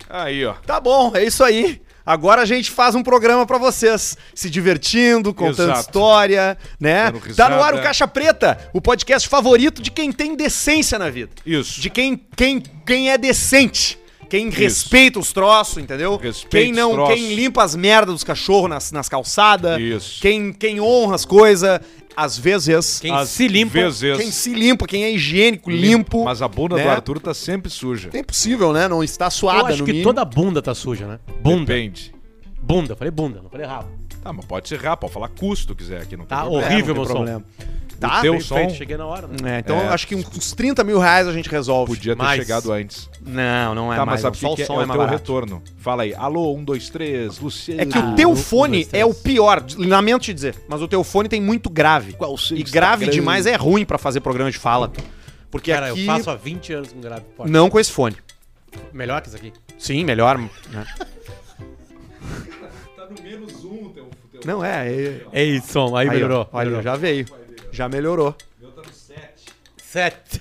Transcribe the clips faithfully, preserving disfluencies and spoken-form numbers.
Aí, ó. Tá bom, é isso aí. Agora a gente faz um programa pra vocês, se divertindo, contando Exato. história, né? Dando Tá no ar risada. o Caixa Preta, o podcast favorito de quem tem decência na vida. Isso. De quem, quem, quem é decente. Quem respeita os troços, entendeu? Respeita quem os não, troços. quem limpa as merdas dos cachorros nas, nas calçadas. Isso. Quem, quem honra as coisas, às vezes. Quem Às se limpa. vezes. Quem se limpa, quem é higiênico, limpo. Mas a bunda né? do Arthur tá sempre suja. É impossível, né? Não está suada Eu acho no que mínimo. toda bunda tá suja, né? Bunda. Depende. Bunda, falei bunda, não falei rabo. Tá, mas pode ser rabo, pode falar custo, quiser aqui, não tem Tá problema. horrível, É, não meu tem som. problema. Tá? teu Bem som- feito, cheguei na hora, né? É, então É. eu acho que uns, uns trinta mil reais a gente resolve. Podia ter Mais. chegado antes. Não, não é tá, mais. mas sabe só o o que, que é, som é é o mais teu barato. retorno? Fala aí. Alô, um, dois, três, Luciano. É que Ah, o teu um, fone dois, três. é o pior. Lamento te dizer. Mas o teu fone tem muito grave. Qual o seu E grave Instagram? demais é ruim pra fazer programa de fala. Porque Cara, aqui... eu faço há vinte anos com grave forte. Não com esse fone. Melhor que isso aqui. Sim, melhor. Né? Tá no menos um o teu, teu... Não, é... é... Ei, som, aí, Aí, melhorou. ó, olha, melhorou. já veio. Já melhorou. meu tá no sete. Sete.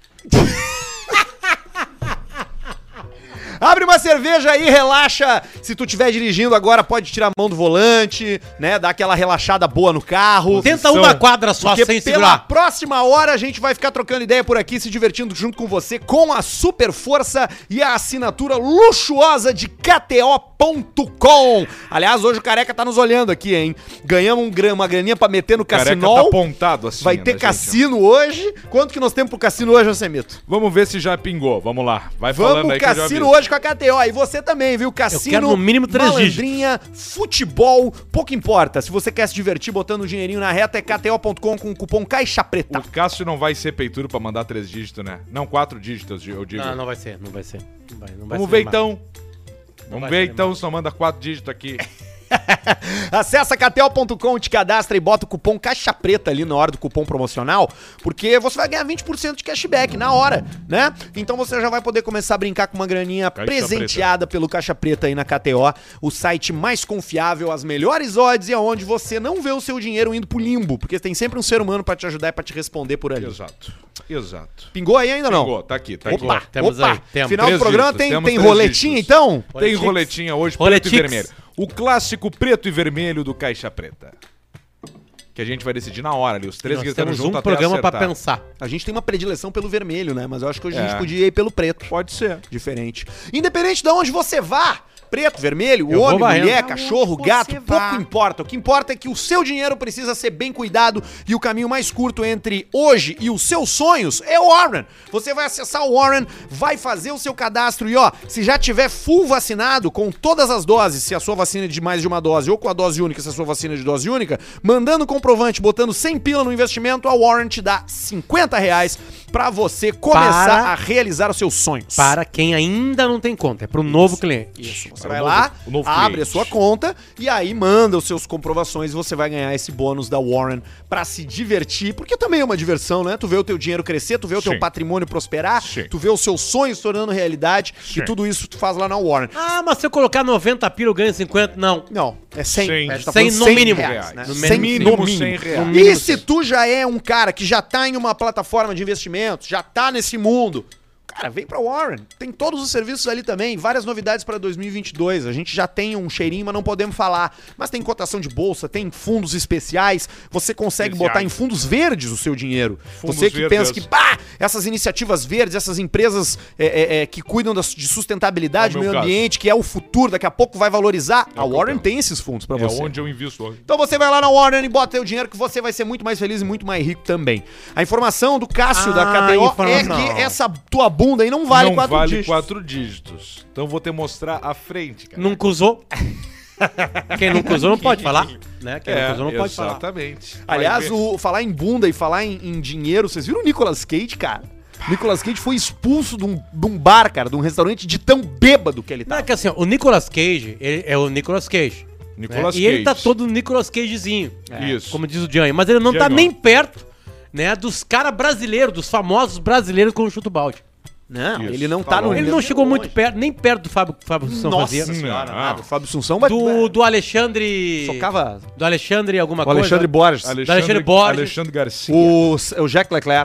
Abre uma cerveja aí, relaxa. Se tu estiver dirigindo agora, pode tirar a mão do volante, né? Dar aquela relaxada boa no carro. Tenta uma quadra só Porque sem pela segurar. próxima hora a gente vai ficar trocando ideia por aqui, se divertindo junto com você com a super força e a assinatura luxuosa de K T O ponto com. Aliás, hoje o Careca tá nos olhando aqui, hein? Ganhamos um gra- uma graninha pra meter no Careca cassinol. tá apontado assim. Vai né, ter gente, cassino hoje. Quanto que nós temos pro cassino hoje, Ansemito? ó. Vamos ver se já pingou. Vamos lá. Vai falando Vamos aí que eu já cassino aviso. hoje com a K T O. E você também, viu? Cassino, quero no mínimo três malandrinha, futebol, pouco importa. Se você quer se divertir botando um dinheirinho na reta, é K T O ponto com com o cupom Caixa Preta. O Cássio não vai ser peitudo pra mandar três dígitos, né? Não, quatro dígitos, eu digo. Não, não vai ser, não vai ser. Não vai, não vai Vamos ser ver animado. então. Vamos vai ver ser então, só manda quatro dígitos aqui. Acessa K T O ponto com, te cadastra e bota o cupom Caixa Preta ali na hora do cupom promocional, porque você vai ganhar vinte por cento de cashback na hora, né? Então você já vai poder começar a brincar com uma graninha Caixa presenteada pelo Caixa Preta aí na K T O, o site mais confiável, as melhores odds e aonde você não vê o seu dinheiro indo pro limbo, porque tem sempre um ser humano pra te ajudar e pra te responder por ali. Exato. Exato. Pingou aí ainda não? Pingou, tá aqui, tá aqui. Opa, Temos opa. aí, temos. Final do Três programa dígitos, tem, temos tem três roletinha dígitos. então? Tem Roletix. roletinha hoje, Roletix. preto e vermelho. O clássico preto e vermelho do Caixa Preta. Que a gente vai decidir na hora ali. Os três Nós gritando temos junto um até programa pra acertar. pensar. A gente tem uma predileção pelo vermelho, né? Mas eu acho que hoje a É. gente podia ir pelo preto. Pode ser. Diferente. Independente de onde você vá, preto, vermelho, Eu vou homem, varrendo. mulher, Aonde cachorro, você gato, vá. pouco importa. O que importa é que o seu dinheiro precisa ser bem cuidado e o caminho mais curto entre hoje e os seus sonhos é o Warren. Você vai acessar o Warren, vai fazer o seu cadastro e ó, se já tiver full vacinado com todas as doses, se a sua vacina é de mais de uma dose ou com a dose única, se a sua vacina é de dose única, mandando comprovante, botando cem pila no investimento, a Warren te dá cinquenta reais pra você começar Para- a realizar os seus sonhos. Para quem ainda não tem conta, é pro novo cliente. Isso, você Para vai o lá, novo- o novo abre cliente. a sua conta e aí manda os seus comprovações e você vai ganhar esse bônus da Warren pra se divertir, porque também é uma diversão, né? Tu vê o teu dinheiro crescer, tu vê o teu Sim. patrimônio prosperar, Sim. tu vê os seus sonhos se tornando realidade Sim. e tudo isso tu faz lá na Warren. Ah, mas se eu colocar noventa pila eu ganho cinquenta? Não. Não, é cem. cem. A gente tá cem falando no cem mínimo. reais, né? No cem mínimo, no cem mínimo. reais. No E mínimo se tu já é um cara que já tá em uma plataforma de investimentos, já tá nesse mundo, cara, vem pra Warren. Tem todos os serviços ali também, várias novidades para dois mil e vinte e dois. A gente já tem um cheirinho, mas não podemos falar. Mas tem cotação de bolsa, tem fundos especiais. Você consegue Especiais. botar em fundos verdes o seu dinheiro. Fundos Você que verdes. pensa que, pá, essas iniciativas verdes, essas empresas é, é, é, que cuidam das- de sustentabilidade, É o meio meu ambiente, que é o futuro, daqui a pouco vai valorizar. É a o que eu Warren penso. tem esses fundos pra É você. onde eu invisto hoje. Então você vai lá na Warren e bota teu dinheiro que você vai ser muito mais feliz e muito mais rico também. A informação do Cássio Ah, da K T O é informação. que essa tua bunda aí não vale não quatro vale dígitos. quatro dígitos. Então vou te mostrar a frente, cara. Nunca usou. Quem nunca usou não pode falar. Né? Quem nunca usou não pode falar. exatamente. Vai Aliás, ver. o, falar em bunda e falar em, em dinheiro, vocês viram o Nicolas Cage, cara? O Nicolas Cage foi expulso de um, de um bar, cara, de um restaurante de tão bêbado que ele Não, tá. é que assim, ó, o Nicolas Cage, ele é o Nicolas Cage. Nicolas né? E ele tá Cage. todo Nicolas Cagezinho. Isso. Como diz o Gianni. Mas ele não tá Gianni. nem perto, né, dos caras brasileiros, dos famosos brasileiros com o chuto balde. Não, Isso, ele não tá tá, no longe. Ele não chegou muito perto, nem perto do Fábio, Fábio Assunção Nossa fazia. senhora, Não. nada. O Fábio Assunção vai... Do, do Alexandre... Socava Do Alexandre alguma o coisa. Alexandre Borges. Alexandre Borges. Alexandre Garcia. O, o Jacques Leclerc.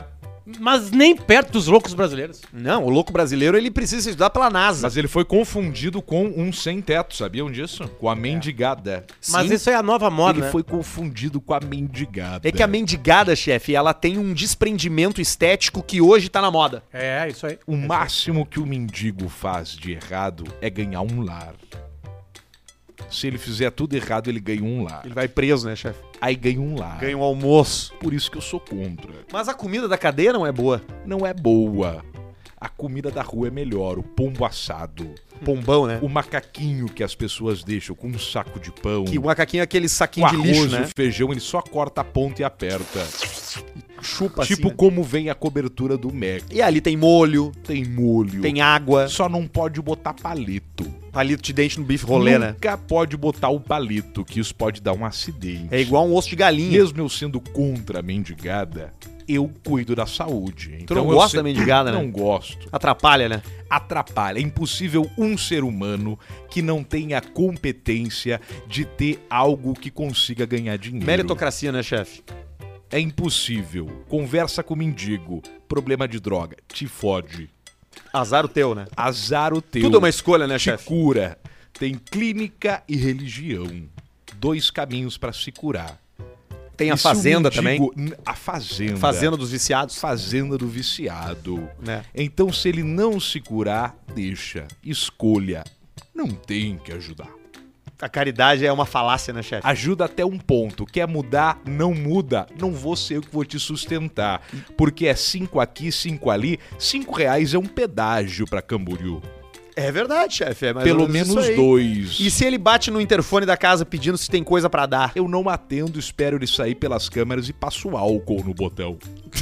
Mas nem perto dos loucos brasileiros. Não, o louco brasileiro, ele precisa estudar pela NASA. Mas ele foi confundido com um sem-teto, sabiam disso? Com a mendigada. Mas Sim. isso é a nova moda, Ele né? foi confundido com a mendigada. É que a mendigada, chefe, ela tem um desprendimento estético que hoje tá na moda. É, isso aí. O máximo que o mendigo faz de errado é ganhar um lar. Se ele fizer tudo errado, ele ganha um lar. Ele vai preso, né, chefe? Aí ganha um lar. Ganha um almoço. Por isso que eu sou contra. Mas a comida da cadeia não é boa. Não é boa. A comida da rua é melhor. O pombo assado. Pombão, né? O macaquinho que as pessoas deixam com um saco de pão. Que o macaquinho é aquele com saquinho de arroz lixo, e né? o feijão, ele só corta a ponta e aperta. Chupa Tipo assim. como vem a cobertura do Mac. E ali tem molho, Tem molho. tem água, Só não pode botar palito. palito de dente no bife rolê, né? Nunca pode botar o palito, que isso pode dar um acidente. É igual um osso de galinha. Mesmo eu sendo contra a mendigada, eu cuido da saúde. Então não eu gosta sei- da mendigada, né? Não gosto. Atrapalha, né? Atrapalha. É impossível um ser humano que não tenha competência de ter algo que consiga ganhar dinheiro. Meritocracia, né, chefe? É impossível. Conversa com mendigo. Problema de droga. Te fode. Azar o teu, né? Azar o teu. Tudo é uma escolha, né, Te chefe? cura. Tem clínica e religião. Dois caminhos pra se curar. Tem a E se o fazenda mendigo- também. N- A fazenda. Fazenda dos viciados. Fazenda do viciado. Né? Então, se ele não se curar, deixa. Escolha. Não tem que ajudar. A caridade é uma falácia, né, chefe? Ajuda até um ponto. Quer mudar? Não muda. Não vou ser eu que vou te sustentar. Porque é cinco aqui, cinco ali. Cinco reais é um pedágio pra Camboriú. É verdade, chefe. É mais Pelo ou menos menos isso aí. dois. E se ele bate no interfone da casa pedindo se tem coisa pra dar? Eu não atendo, espero ele sair pelas câmeras e passo álcool no botão.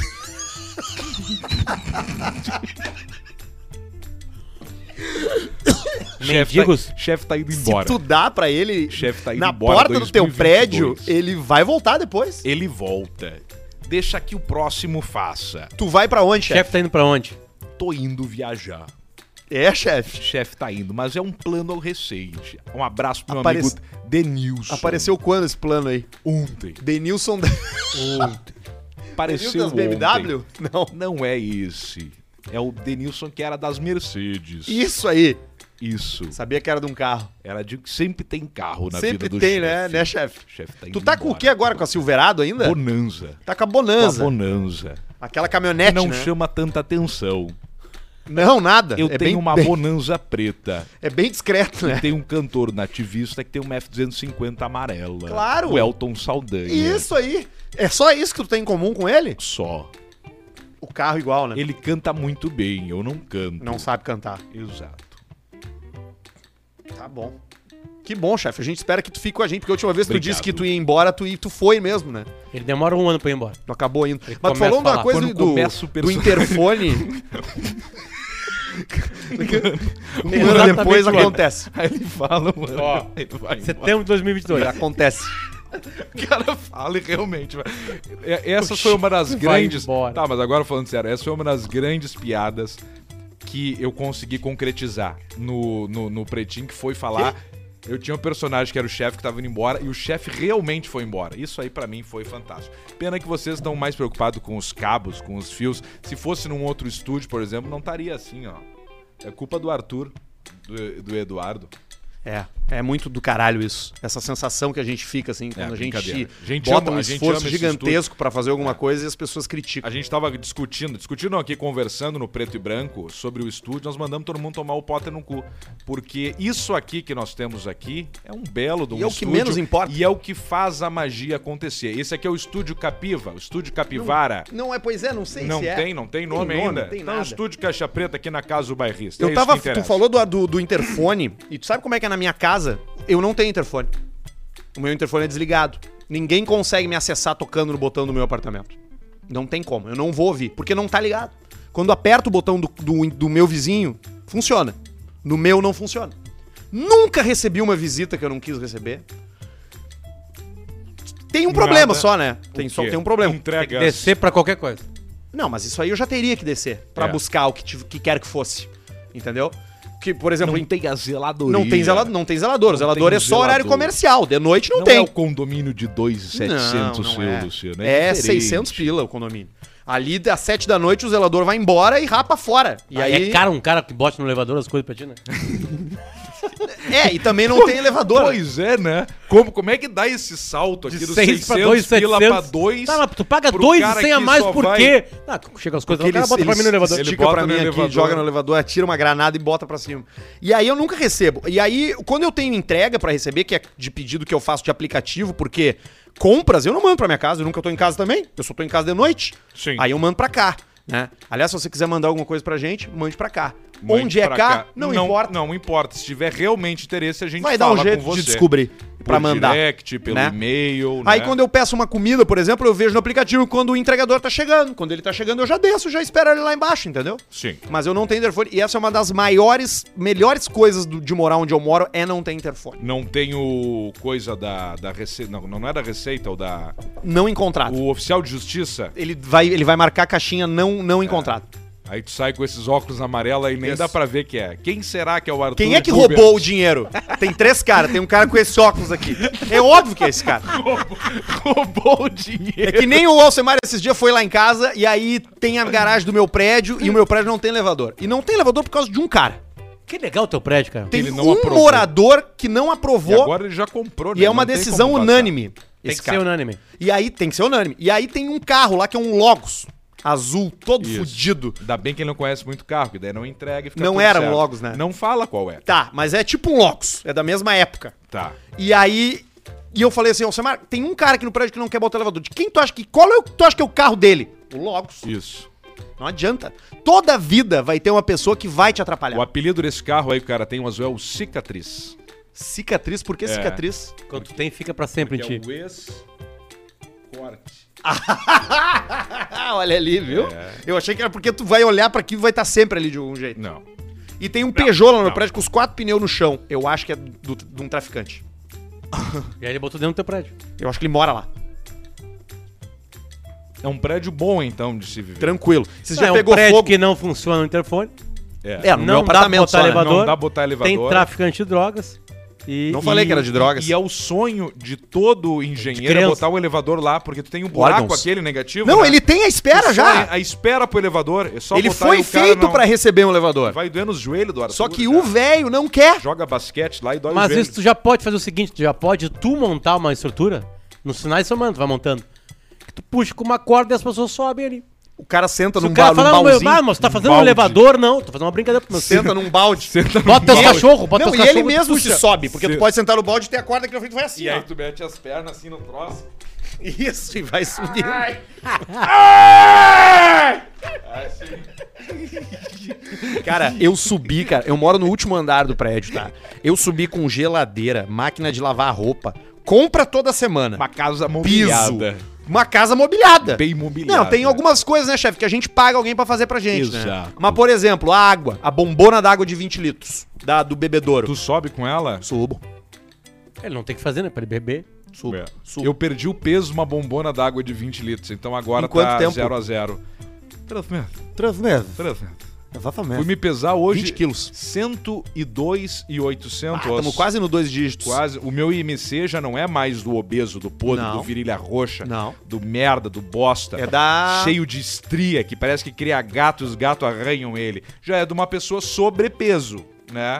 Chefe Mendigos? tá, chefe tá indo Se embora. tu dá pra ele Chefe tá indo na embora porta do teu dois mil e vinte e prédio, dois. ele vai voltar depois. Ele volta. Deixa que o próximo faça. Tu vai pra onde, O chefe? chefe tá indo pra onde? Tô indo viajar. É, chefe. Chefe tá indo, mas é um plano recente. Um abraço pro meu Aparece- amigo Denilson. Apareceu quando esse plano aí? ontem. Denilson da... Apareceu Denilson das B M W? ontem. Não. Não é esse. É o Denilson que era das Mercedes. Isso aí. Isso. Sabia que era de um carro. Era de que sempre tem carro na Sempre vida do tem, chefe. né, né, chefe? Chefe tá indo Tu tá com o embora. que agora? Com a Silverado ainda? Bonanza. Tá com a Com a Bonanza. Bonanza. Aquela Que caminhonete, não né? chama tanta atenção. Não, nada. Eu é tenho bem, uma bem- Bonanza preta. É bem discreto, né? Tem um cantor nativista que tem uma F duzentos e cinquenta amarela. Claro. O Elton Saldanha. Isso aí. É só isso que tu tem em comum com ele? Só. O carro igual, né? Ele canta muito bem, eu não canto. Não sabe cantar. Exato. Tá bom. Que bom, chefe. A gente espera que tu fique com a gente, porque a última vez que tu Obrigado. disse que tu ia embora, tu, tu foi mesmo, né? Ele demora um ano pra ir embora. Tu acabou indo. Ele Mas tu começa falou a uma falar. coisa Quando do, começa o do personagem. interfone. um ano Exatamente depois o ano. acontece. Aí ele fala, mano. Ó, ele vai embora. Setembro de dois mil e vinte e dois. Acontece. O cara fala e realmente. vai. É- Essa foi uma das Vai grandes. embora. Tá, mas agora falando sério, essa foi uma das grandes piadas que eu consegui concretizar no, no, no Pretinho, que foi falar. Eu tinha um personagem que era o chefe que tava indo embora e o chefe realmente foi embora. Isso aí pra mim foi fantástico. Pena que vocês estão mais preocupados com os cabos, com os fios. Se fosse num outro estúdio, por exemplo, não estaria assim, ó. É culpa do Arthur, do, do Eduardo. É, é muito do caralho isso. Essa sensação que a gente fica, assim, quando a gente, brincadeira. A gente bota ama- um a gente esforço ama esse gigantesco pra fazer alguma É. coisa e as pessoas criticam. A gente tava discutindo, discutindo aqui, conversando no Preto e Branco sobre o estúdio, nós mandamos todo mundo tomar o Potter no cu. Porque isso aqui que nós temos aqui é um belo de um E é o que estúdio, menos importa. E é o que faz a magia acontecer. Esse aqui é o Estúdio Capiva, o Estúdio Capivara. Não é, pois é, não sei Não se é. tem, não tem nome nome, ainda. não tem Então, nada. Estúdio Caixa Preta aqui na casa do bairrista. Eu é isso tava. que interessa. Tu falou do, do, do interfone, e tu sabe como é que é na minha casa? Eu não tenho interfone. O meu interfone é desligado. Ninguém consegue me acessar tocando no botão do meu apartamento. Não tem como. Eu não vou ouvir, porque não tá ligado. Quando aperto o botão do, do, do meu vizinho, funciona. No meu não funciona. Nunca recebi uma visita que eu não quis receber. Tem um Nada. problema só, né? O Tem, só, quê? tem um problema. Entrega. Descer pra qualquer coisa. Não, mas isso aí eu já teria que descer pra É. buscar o que, tive- que quer que fosse. Entendeu? Que, por exemplo, Não em- tem a zeladoria. não tem, zela, não tem zelador. O zelador tem é só horário zelador. comercial. De noite não, Não tem. é o condomínio de dois mil e setecentos, Não, não seu, é. Luciano. É diferente. seiscentos pila o condomínio. Ali, às sete da noite, o zelador vai embora e rapa fora. E Ah, aí... É caro um cara que bote no elevador as coisas pra ti, né? É, e também não tem elevador. Pois é, né? Como, como é que dá esse salto aqui De dos seis pra seiscentos dois, pila pra setecentos. dois? Tá, mas tu paga pro dois e cara cem a que mais só por vai- quê? Ah, chega as coisas, o cara bota pra mim no elevador. ele estica bota pra no mim aqui, elevador. joga no elevador, atira uma granada e bota pra cima. E aí eu nunca recebo. E aí, quando eu tenho entrega pra receber, que é de pedido que eu faço de aplicativo, porque compras eu não mando pra minha casa, eu nunca tô em casa também, eu só tô em casa de noite. Sim. Aí eu mando pra cá, né? Aliás, se você quiser mandar alguma coisa pra gente, mande pra cá. Mande Onde é pra cá, não, importa. Não importa. Se tiver realmente interesse, a gente Vai dar fala um jeito com você. de descobrir pra Por mandar. direct, pelo né? e-mail, Aí né? quando eu peço uma comida, por exemplo, eu vejo no aplicativo quando o entregador tá chegando. Quando ele tá chegando, eu já desço, já espero ele lá embaixo, entendeu? Sim. Mas eu não tenho interfone. E essa é uma das maiores, melhores coisas do- de morar onde eu moro, é não ter interfone. Não tenho coisa da, da Receita... Não, não é da Receita, ou da... Não encontrado. O oficial de justiça. Ele vai, ele vai marcar a caixinha não, não encontrado. Aí tu sai com esses óculos amarelo e nem Isso. dá pra ver que é. Quem será que é o Arthur Quem é que Gubert? roubou o dinheiro? Tem três caras, tem um cara com esse óculos aqui. É óbvio que é esse cara. Roubou o dinheiro. É que nem o Alcemar esses dias foi lá em casa e aí tem a garagem do meu prédio e o meu prédio não tem elevador. E não tem elevador por causa de um cara. Que legal o teu prédio, cara. Tem Ele não um aprovou. morador que não E aprovou agora ele já comprou, né? e é uma Não tem decisão como passar. unânime. Tem esse que cara. ser unânime. E aí tem que ser unânime. E aí tem um carro lá que é um Logos azul, todo Isso. fudido. Ainda bem que ele não conhece muito carro, que daí não entrega e fica Não tudo era um certo. Logos, né? Não fala qual é. Tá, mas é tipo um Logos, é da mesma época. Tá. E aí, e eu falei assim, Alcemar, tem um cara aqui no prédio que não quer botar elevador. De quem tu acha que, qual é o que tu acha que é o carro dele? O Logos. Isso. Não adianta. Toda vida vai ter uma pessoa que vai te atrapalhar. O apelido desse carro aí que o cara tem, o azul, é o Cicatriz. Cicatriz, por que É. cicatriz? Quando tu tem, fica pra sempre em Que é ti. o ex-corte. Olha ali, viu? É. Eu achei que era porque tu vai olhar pra aquilo e vai estar sempre ali de algum jeito. Não. E tem um Peugeot lá no não. prédio com os quatro pneus no chão. Eu acho que é do- de um traficante. E aí ele botou dentro do teu prédio. Eu acho que ele mora lá. É um prédio bom, então, de se viver. Tranquilo. Você já é um pegou prédio fogo? que não funciona no interfone. É. É, no meu Não dá pra apartamento botar só, né? elevador. Não dá pra botar elevador. Tem traficante de drogas. E, Não falei e- que era de drogas. E é o sonho de todo De engenheiro criança. é botar o elevador lá, porque tu tem um buraco Órgãos. aquele negativo. Não, né? ele tem a espera Tu só já. A espera pro elevador. É só Ele botar foi e o cara feito não- pra receber um elevador. Vai doer nos joelhos do Arthur. Só que cara. o velho não quer. Joga basquete lá e dói Mas o joelho. isso tu já pode fazer o seguinte, tu já pode tu montar uma estrutura, nos sinais você manda, tu vai montando. Que tu puxa com uma corda e as pessoas sobem ali. O cara senta Se num, o cara ba falar, num "Ah, baúzinho. ah, mas tu tá fazendo um balde. elevador, não. Tô fazendo uma brincadeira pro meu filho. Senta num balde. Senta no Bota teus balde. cachorros, bota Não, teus e cachorros. ele mesmo se puxa. sobe, porque Se- tu pode sentar no balde e ter a corda que na frente vai assim, E ó. aí tu mete as pernas assim no troço. Isso, e vai subindo. Cara, eu subi, cara. Eu moro no último andar do prédio, tá? Eu subi com geladeira, máquina de lavar roupa, compra toda semana. Uma casa Piso. mobiliada. Uma casa mobiliada. Bem mobiliada. Não, tem algumas coisas, né, chefe, que a gente paga alguém pra fazer pra gente, né? Exato. Mas, por exemplo, a água, a bombona d'água de vinte litros, da, do bebedouro. Tu sobe com ela? Subo, Ele não tem que fazer, né? Pra ele beber. subo, É. subo. Eu perdi o peso de uma bombona d'água de vinte litros, então agora Em quanto tá tempo? zero a zero. Três meses. Três meses. Três meses. Exatamente. Fui me pesar hoje. vinte quilos. cento e dois e oitocentos. Estamos quase no dois dígitos. Quase. O meu I M C já não é mais do obeso, do podre, Não. do virilha roxa, Não. do merda, do bosta. É da... Cheio de estria, que parece que cria gato e os gatos arranham ele. Já é de uma pessoa sobrepeso, né?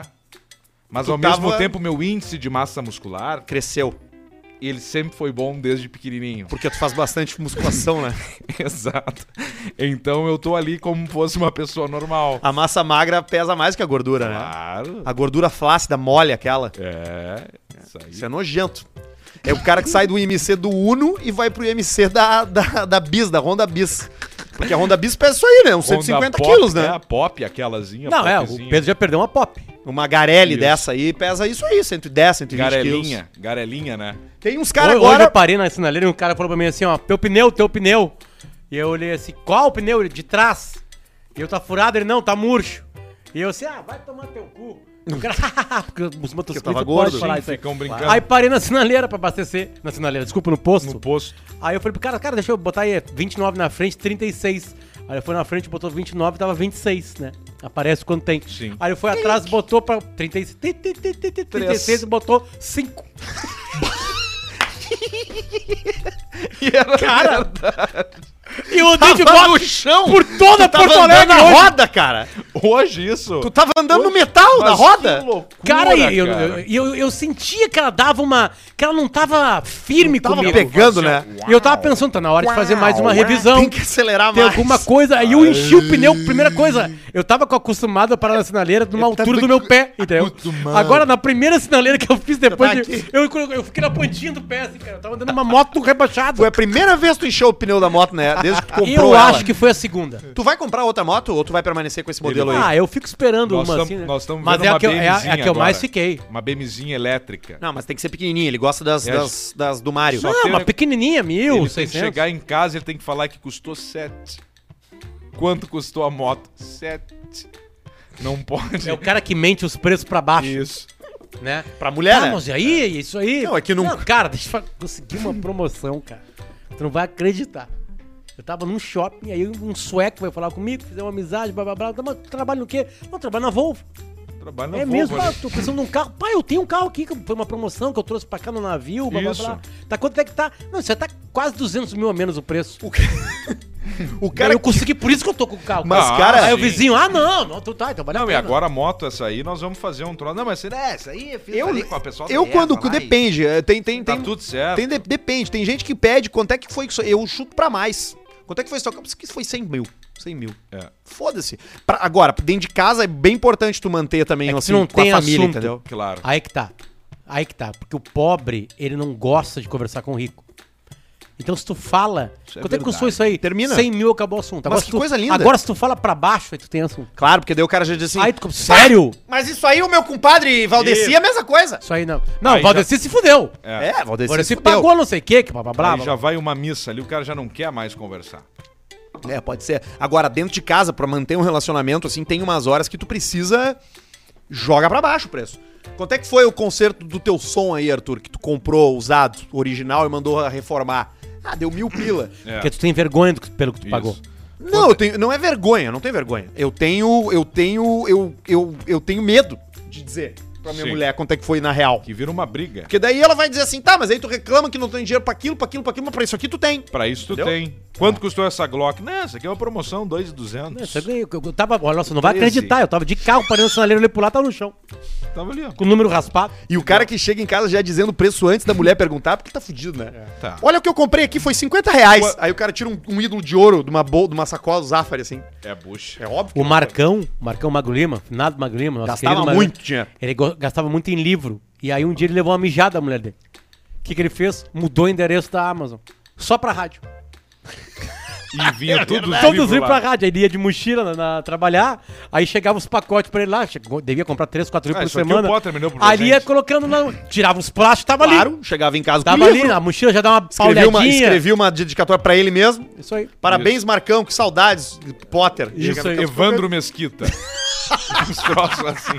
Mas Tu ao mesmo tava- tempo, meu índice de massa muscular, Cresceu. ele sempre foi bom desde pequenininho. Porque tu faz bastante musculação, né? Exato. Então eu tô ali como fosse uma pessoa normal. A massa magra pesa mais que a gordura, né? Claro. A gordura flácida, mole aquela. É. Isso aí. Isso é nojento. É o cara que sai do I M C do Uno e vai pro I M C da, da, da Bis, da Honda Bis. Porque a Honda Bis pesa isso aí, né? Uns cento e cinquenta Honda Pop, quilos, É, né? a Pop, aquelazinha. Não, é, o popzinha. Pedro já perdeu uma pop. Uma Garelli Isso. dessa aí pesa isso aí, cento e dez, cento e vinte quilos. Garelinha. Garelinha, né? Tem uns Hoje, caras hoje agora... eu parei na sinaleira e um cara falou pra mim assim, ó, teu pneu, teu pneu. E eu olhei assim, qual pneu? Ele, de trás. E eu, tá furado? Ele, não, tá murcho. E eu assim, ah, vai tomar teu cu. O cara, porque os motociclistas tava podem gordo. falar Sim, isso aí. ficam brincando. Aí parei na sinaleira pra abastecer. Na sinaleira, desculpa, no posto. No posto. Aí eu falei pro cara, cara, deixa eu botar aí vinte e nove na frente, trinta e seis. Aí eu fui na frente, botou vinte e nove, tava vinte e seis, né? Aparece quando tem. Sim. Aí eu fui atrás, botou pra trinta e seis, trinta e seis e botou cinco. E era Cara, E eu andei de Tava moto no chão. por toda Tu tava Porto andando Alegre na hoje. roda, cara. Hoje isso. Tu tava andando no metal da Mas roda. que loucura, Cara, e eu, cara. eu, eu, eu sentia que ela dava uma... Que ela não tava firme Tava comigo. pegando, né? E eu tava pensando, tá na hora de fazer mais uma revisão. Tem que acelerar Tem mais. alguma coisa, aí eu enchi o pneu, primeira coisa, eu tava com acostumado a parar na sinaleira numa altura do meu pé, entendeu? acostumado. Agora, na primeira sinaleira que eu fiz depois, tá de, aqui. eu, eu fiquei na pontinha do pé, assim, cara, eu tava andando numa moto rebaixada. Foi a primeira vez que tu encheu o pneu da moto, né? Desde que tu comprou Eu ela. acho que foi a segunda. Tu vai comprar outra moto ou tu vai permanecer com esse modelo aí? Ah, eu fico esperando Nós uma tam- assim, né? nós estamos Mas vendo é a uma que eu, é a, é a BMzinha que eu mais agora. fiquei. Uma BMzinha elétrica. Não, mas tem que ser pequenininho. Ele gosta das, É, das, das do Mario. só Não, tem- uma pequenininha, mil, Ele tem que seiscentos. chegar em casa, ele tem que falar que custou sete. Quanto custou a moto? Sete. Não pode. É o cara que mente os preços pra baixo, Isso. né? Pra mulher, Ah, né? mas e aí, isso aí? Não, é que não- Cara, deixa eu fa- conseguir uma promoção, cara. Tu não vai acreditar. Eu tava num shopping, aí um sueco vai falar comigo, fizer uma amizade, blá blá blá. Tá, mas trabalho no quê? Não, trabalho na Volvo. Trabalho na É Volvo, mesmo? né? Ah, tô precisando de um carro. Pai, eu tenho um carro aqui, que foi uma promoção que eu trouxe pra cá no navio, blá blá Isso. blá. Tá quanto é que tá? Não, isso aí tá quase duzentos mil a menos o preço. O Cara, cara eu consegui, por isso que eu tô com o carro. Mas, Ah, cara, Aí o sim. vizinho, ah, não, não, tu tá, então vale a Não, e pena. agora a moto essa aí, nós vamos fazer um troço. Não, mas é, essa aí eu fiz Eu, ali com a pessoa da eu Eva quando. lá e Depende. é, Tem, tem, Tá tem, tudo certo. tem de- depende. Tem gente que pede quanto é que foi isso. Eu chuto pra mais. Quanto é que foi isso? Isso foi cem mil. cem mil. É. Foda-se. Pra- Agora, dentro de casa é bem importante tu manter também, É que assim, tu não com a tem família, assunto. entendeu? Claro. Aí que tá. Aí que tá. Porque o pobre, ele não gosta de conversar com o rico. Então se tu fala... Isso é quanto é que custou verdade. isso aí? Termina. cem mil, acabou o assunto. Agora, Mas se que tu- coisa linda. Agora se tu fala pra baixo, aí tu tem assunto. Claro, porque daí o cara já diz assim. Aí tu... Sério? Mas isso aí, o meu compadre Valdeci é a mesma coisa. Isso aí não. Não, Aí o Valdeci se fudeu. É. É, Valdeci. O Valdeci se fudeu. pagou não sei o que, que blá blá blá. Aí blá, já blá. vai uma missa ali, o cara já não quer mais conversar. É, pode ser. Agora, dentro de casa, pra manter um relacionamento, assim, tem umas horas que tu precisa. Joga pra baixo o preço. Quanto é que foi o conserto do teu som aí, Arthur, que tu comprou usado, original, e mandou reformar? Ah, deu mil pila. É. Porque tu tem vergonha do que- pelo que tu Isso. pagou. Não, eu tenho, não é vergonha, não tem vergonha. Eu tenho, eu tenho, eu, eu, eu tenho medo de dizer pra minha Sim. mulher quanto é que foi na real. Que vira uma briga. Porque daí ela vai dizer assim, tá, mas aí tu reclama que não tem dinheiro pra aquilo, pra aquilo, pra aquilo, mas pra isso aqui tu tem. Pra isso tu Entendeu? tem. Quanto custou essa Glock? Não, essa aqui é uma promoção, dois mil e duzentos. Isso aí, eu, eu tava, olha, você não vai treze. acreditar, eu tava de carro parando na sinaleira, olhei pro lado, tava no chão. Tava ali, ó. Com o número raspado. E o cara que chega em casa já dizendo o preço antes da mulher perguntar, porque tá fudido, né? Tá. Olha o que eu comprei aqui, foi cinquenta reais. Ua- Aí o cara tira um, um ídolo de ouro de uma, bol- de uma sacola do Zafari, assim. É bucha. É óbvio que O não Marcão, Marcão Magro Lima, finado Magro Lima, nosso gastava querido Magro- muito dinheiro. Ele go- gastava muito em livro. E aí um dia ele levou uma mijada da mulher dele. O que, que ele fez? Mudou o endereço da Amazon. Só pra rádio. E vinha tudo os Todos os livros livros lá. pra rádio. Aí ele ia de mochila na, na- trabalhar. Aí chegava os pacotes pra ele lá. Chegou, devia comprar três, quatro livros Ah, por isso aqui semana. o Potter me deu pro Ali ia presente. colocando na. Tirava os plásticos, tava ali. Claro, chegava em casa Tava com ali, livro, a mochila já dá uma escrevi uma, paulhadinha. escrevi uma dedicatória pra ele mesmo. Isso aí. Parabéns, Marcão, que saudades, Potter. Isso Chegava em aí. casa- Evandro Mesquita. Uns troços assim.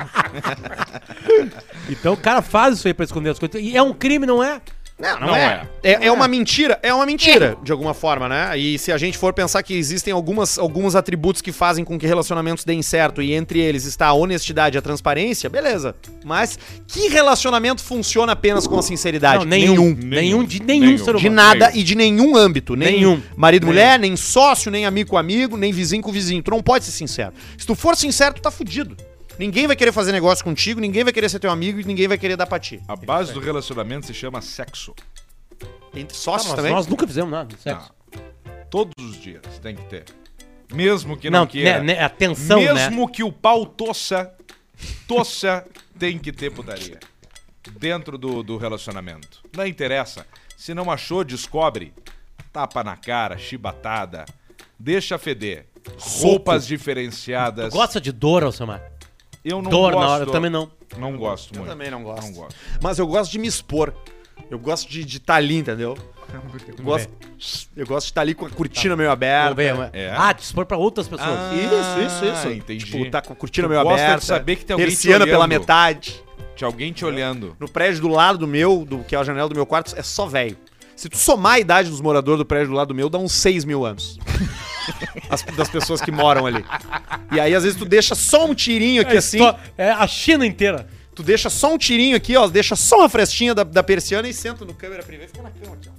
Então o cara faz isso aí pra esconder as coisas. E é um crime, não é? Não, não, Não é. É, é uma mentira, é uma mentira, de alguma forma, né? E se a gente for pensar que existem algumas, alguns atributos que fazem com que relacionamentos deem certo, e entre eles está a honestidade e a transparência, beleza. Mas que relacionamento funciona apenas com a sinceridade? Não, nenhum. Nenhum. Nenhum, de nenhum, Nenhum. ser humano. De nada Nenhum. e de nenhum âmbito. Nem Nenhum. marido, mulher, nem sócio, nem amigo com amigo, nem vizinho com vizinho. Tu não pode ser sincero. Se tu for sincero, tu tá fudido. Ninguém vai querer fazer negócio contigo, ninguém vai querer ser teu amigo e ninguém vai querer dar pra ti. A base do relacionamento se chama sexo. Entre Ah, sócios mas também. nós nunca fizemos nada. de sexo. Todos os dias tem que ter. Mesmo que Não, não, queira. né, né, atenção, né? Mesmo que o pau tossa, tossa, tem que ter putaria. Dentro do, do relacionamento. Não interessa. Se não achou, descobre. Tapa na cara, chibatada. Deixa feder. Roupas diferenciadas. Tu gosta de dor, Alcemar? Eu não Dor gosto. na hora, eu também não. Não gosto Eu muito. também não gosto. Não gosto. Mas eu gosto de me expor. Eu gosto de estar ali, entendeu? Eu gosto, eu gosto de estar ali com a cortina meio aberta. Vamos ver, mas- É. Ah, te expor pra outras pessoas. Ah, Isso, isso, isso. entendi. Tipo, tá com a cortina Tu meio gosta de aberta. saber que tem alguém te persiana pela olhando. metade. Tinha alguém te olhando. No prédio do lado do meu, do, que é a janela do meu quarto, é só velho. Se tu somar a idade dos moradores do prédio do lado do meu, dá uns seis mil anos. As- das pessoas que moram ali. E aí, às vezes, tu deixa só um tirinho aqui É assim. só- é a China inteira. Tu deixa só um tirinho aqui, ó. Deixa só uma frestinha da, da persiana e senta no câmera privê e fica na cama aqui, ó.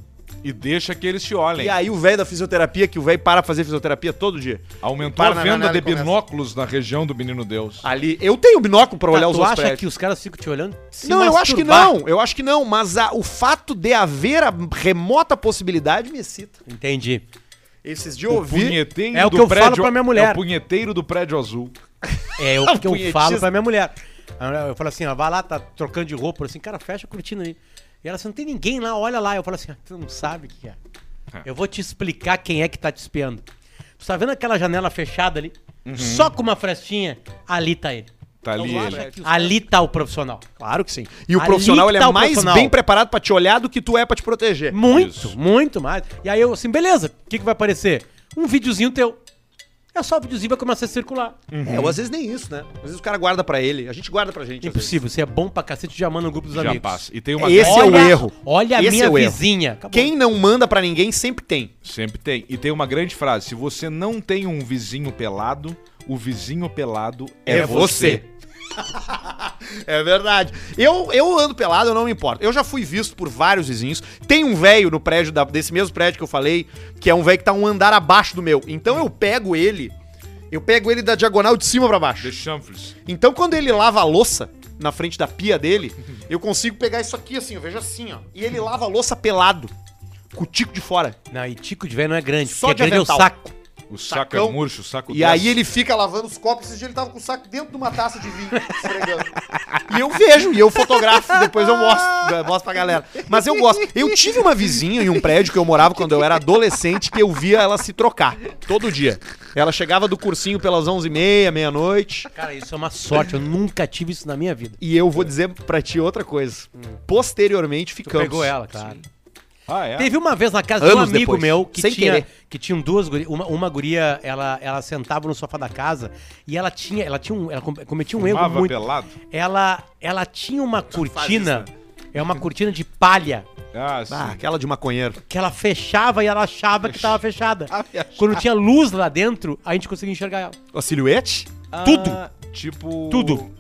E deixa que eles te olhem. E aí o velho da fisioterapia, que o velho para pra fazer fisioterapia todo dia. Aumentou Para a na venda janela de e começa. binóculos na região do Menino Deus. Ali, eu tenho binóculo pra olhar Tá, os tu outros acha prédios. que os caras ficam te olhando? se Não, eu acho que masturbar? não, eu acho que não, mas a- o fato de haver a remota possibilidade me excita. Entendi. Esses dias eu O ouvi... punheteiro É o do que eu falo prédio- pra minha mulher. É o punheteiro do prédio azul. É o que eu punhetista. falo pra minha mulher. Eu falo assim, ó, vai lá, tá trocando de roupa. Eu assim, cara, fecha a cortina aí. E ela assim, não tem ninguém lá, olha lá. Eu falo assim, ah, tu não sabe o que é. Eu vou te explicar quem é que tá te espiando. Tu tá vendo aquela janela fechada ali? Só com uma frestinha, ali tá ele. Tá ali Então, ele. acha que os Ali tá o profissional. Claro que sim. E o Ali profissional, ele tá é o mais profissional. bem preparado pra te olhar do que tu é pra te proteger. Muito, Isso. muito mais. E aí eu assim, beleza, o que, que vai aparecer? Um videozinho teu. É só o videozinho vai começar a circular. É, ou às vezes nem isso, né? Às vezes o cara guarda pra ele, a gente guarda pra gente. às Impossível, você é bom pra cacete, já manda no grupo dos Já amigos. passa. E tem uma Esse grande- é o Olha- erro. Olha a Esse minha é o erro. vizinha. Acabou. Quem não manda pra ninguém sempre tem. Sempre tem. E tem uma grande frase: se você não tem um vizinho pelado, o vizinho pelado é, É você. É verdade. Eu, eu ando pelado, eu não me importo. Eu já fui visto por vários vizinhos. Tem um velho no prédio, da- desse mesmo prédio que eu falei, que é um velho que tá um andar abaixo do meu. Então eu pego ele, eu pego ele da diagonal de cima pra baixo. The chanfles. Então quando ele lava a louça na frente da pia dele, eu consigo pegar isso aqui assim, eu vejo assim, ó. E ele lava a louça pelado, com o tico de fora. Não, e tico de velho não é grande, Só porque de é grande é o avental. saco. O saco Sacão. é murcho, o saco E aí desce. ele fica lavando os copos. Esse dia ele tava com o saco dentro de uma taça de vinho, esfregando. E eu vejo, e eu fotografo, depois eu mostro, eu mostro pra galera. Mas eu gosto. Eu tive uma vizinha em um prédio que eu morava quando eu era adolescente, que eu via ela se trocar, todo dia. Ela chegava do cursinho pelas onze e meia, meia-noite. Cara, isso é uma sorte, eu nunca tive isso na minha vida. E eu vou dizer pra ti outra coisa. Posteriormente Tu ficamos. pegou ela, claro. Ah, é? Teve uma vez na casa de um Anos amigo depois, meu que sem tinha, querer. que tinham duas gurias. Uma, uma guria, ela, ela sentava no sofá da casa e ela tinha, ela tinha um, ela com- cometia um erro Fumava muito. pelado? Ela, ela tinha uma cortina, é uma cortina de palha Ah, sim. Ah, aquela de maconheiro. que ela fechava e ela achava que tava fechada. Ah, me achava. Quando tinha luz lá dentro, a gente conseguia enxergar ela. A silhuete? tudo. Ah, tipo... Tudo.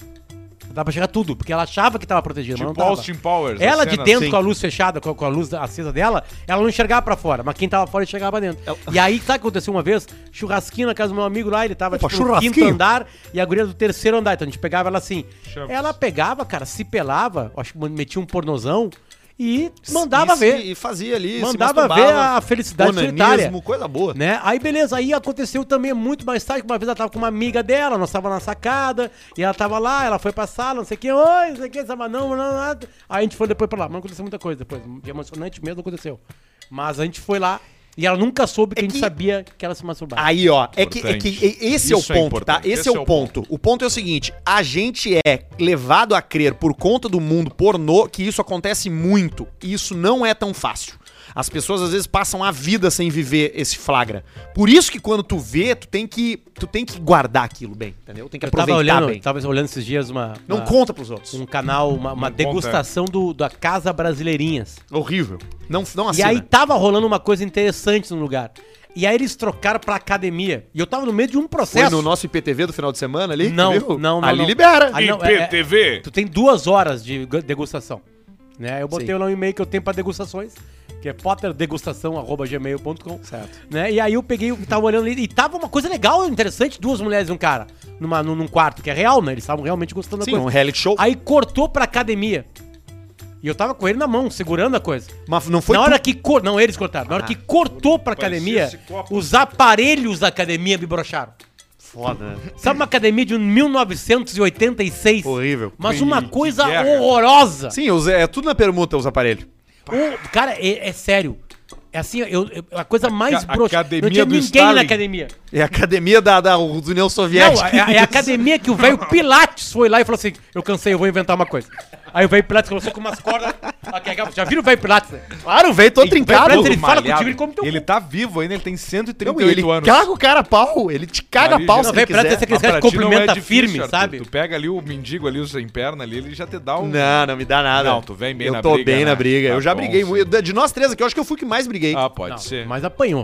Dá pra chegar tudo, porque ela achava que tava protegida, mas Tipo não tava. Austin Powers. Ela a de cena dentro assim. com a luz fechada, com a, com a luz acesa dela, ela não enxergava pra fora, mas quem tava fora enxergava pra dentro. Ela- E aí, sabe o que aconteceu uma vez? Churrasquinho na casa do meu amigo lá, ele tava Opa, tipo, no churrasquinho? quinto andar e a guria do terceiro andar. Então a gente pegava ela assim. Chaves. Ela pegava, cara, se pelava, acho que metia um pornozão e mandava E se- ver. E fazia ali, se Mandava masturbava, ver a felicidade onanismo, solitária. coisa boa. Né? Aí beleza, aí aconteceu também muito mais tarde, que uma vez ela tava com uma amiga dela, nós tava na sacada, e ela tava lá, ela foi pra sala, não sei o que, oi, não sei o que, mas não, não, nada. Aí a gente foi depois pra lá, mas aconteceu muita coisa depois, de emocionante mesmo aconteceu. Mas a gente foi lá, e ela nunca soube que É a gente que- sabia que ela se masturbava. Aí, ó, é que, é Importante. que e- esse é o Isso é ponto, tá? importante. Esse, é o ponto. O ponto é o seguinte: a gente é levado a crer por conta do mundo pornô que isso acontece muito. E isso não é tão fácil. As pessoas às vezes passam a vida sem viver esse flagra. Por isso que quando tu vê, tu tem que, tu tem que guardar aquilo bem, entendeu? Tem que Eu tava aproveitar olhando, bem. tava olhando esses dias uma, Não uma- conta pros outros. um canal, uma, uma Não degustação do, da Casa Brasileirinhas. Horrível. Não, não E assina. aí tava rolando uma coisa interessante no lugar. E aí eles trocaram pra academia. E eu tava no meio de um Foi processo. no nosso I P T V do final de semana ali? Não, tu viu? não, não, Ali não. libera. Ali não, é- I P T V. Tu tem duas horas de gu- degustação. Né? Eu botei Sim. lá um e-mail que eu tenho pra degustações, que é potterdegustação arroba gmail ponto com. Certo. Né? E aí eu peguei, eu tava olhando ali, e tava uma coisa legal, interessante, duas mulheres e um cara, numa, num, num quarto, que é real, né? Eles estavam realmente gostando da Sim, coisa. um reality show. Aí cortou pra academia. E eu tava com ele na mão, segurando a coisa. Mas não foi na tu- hora que cor... Não, eles cortaram. Na hora que cortou pra academia, esse copo. os aparelhos da academia me broxaram. Foda, né? Sabe uma academia de mil novecentos e oitenta e seis? Horrível. Mas Que- uma que coisa guerra. horrorosa. Sim, os- é tudo na permuta os aparelhos. O- cara, é, é sério. É assim, eu, eu- a coisa mais Aca- broxa. Não academia tinha do ninguém Stalin. na academia. É a academia da, da União Não, Soviética. é, é a academia que o velho Pilates foi lá e falou assim: eu cansei, eu vou inventar uma coisa. Aí o velho Pilates começou com umas cordas. Aqui, aqui, já viram o velho Pilates? Né? Claro, veio todo Ei, trincado. vai pra ele Todo fala malhado. contigo, ele come teu Ele cu. tá vivo ainda, ele tem cento e Não, trinta e e ele oito anos. caga o cara a pau. Ele te caga Mas a pau já- se Não, ele velho Pilates é quiser. aquele Mas cara pra que ti não é cumprimenta difícil, firme, Arthur. sabe? Tu pega ali o mendigo ali, sem perna ali, ele já te dá um... Não, não me dá nada. Não, tu vem bem eu na tô briga, bem né? na briga. Tá eu já bom, briguei sim. muito. De nós três aqui, eu acho que eu fui o que mais briguei. Ah, pode Não, ser. mas apanhou.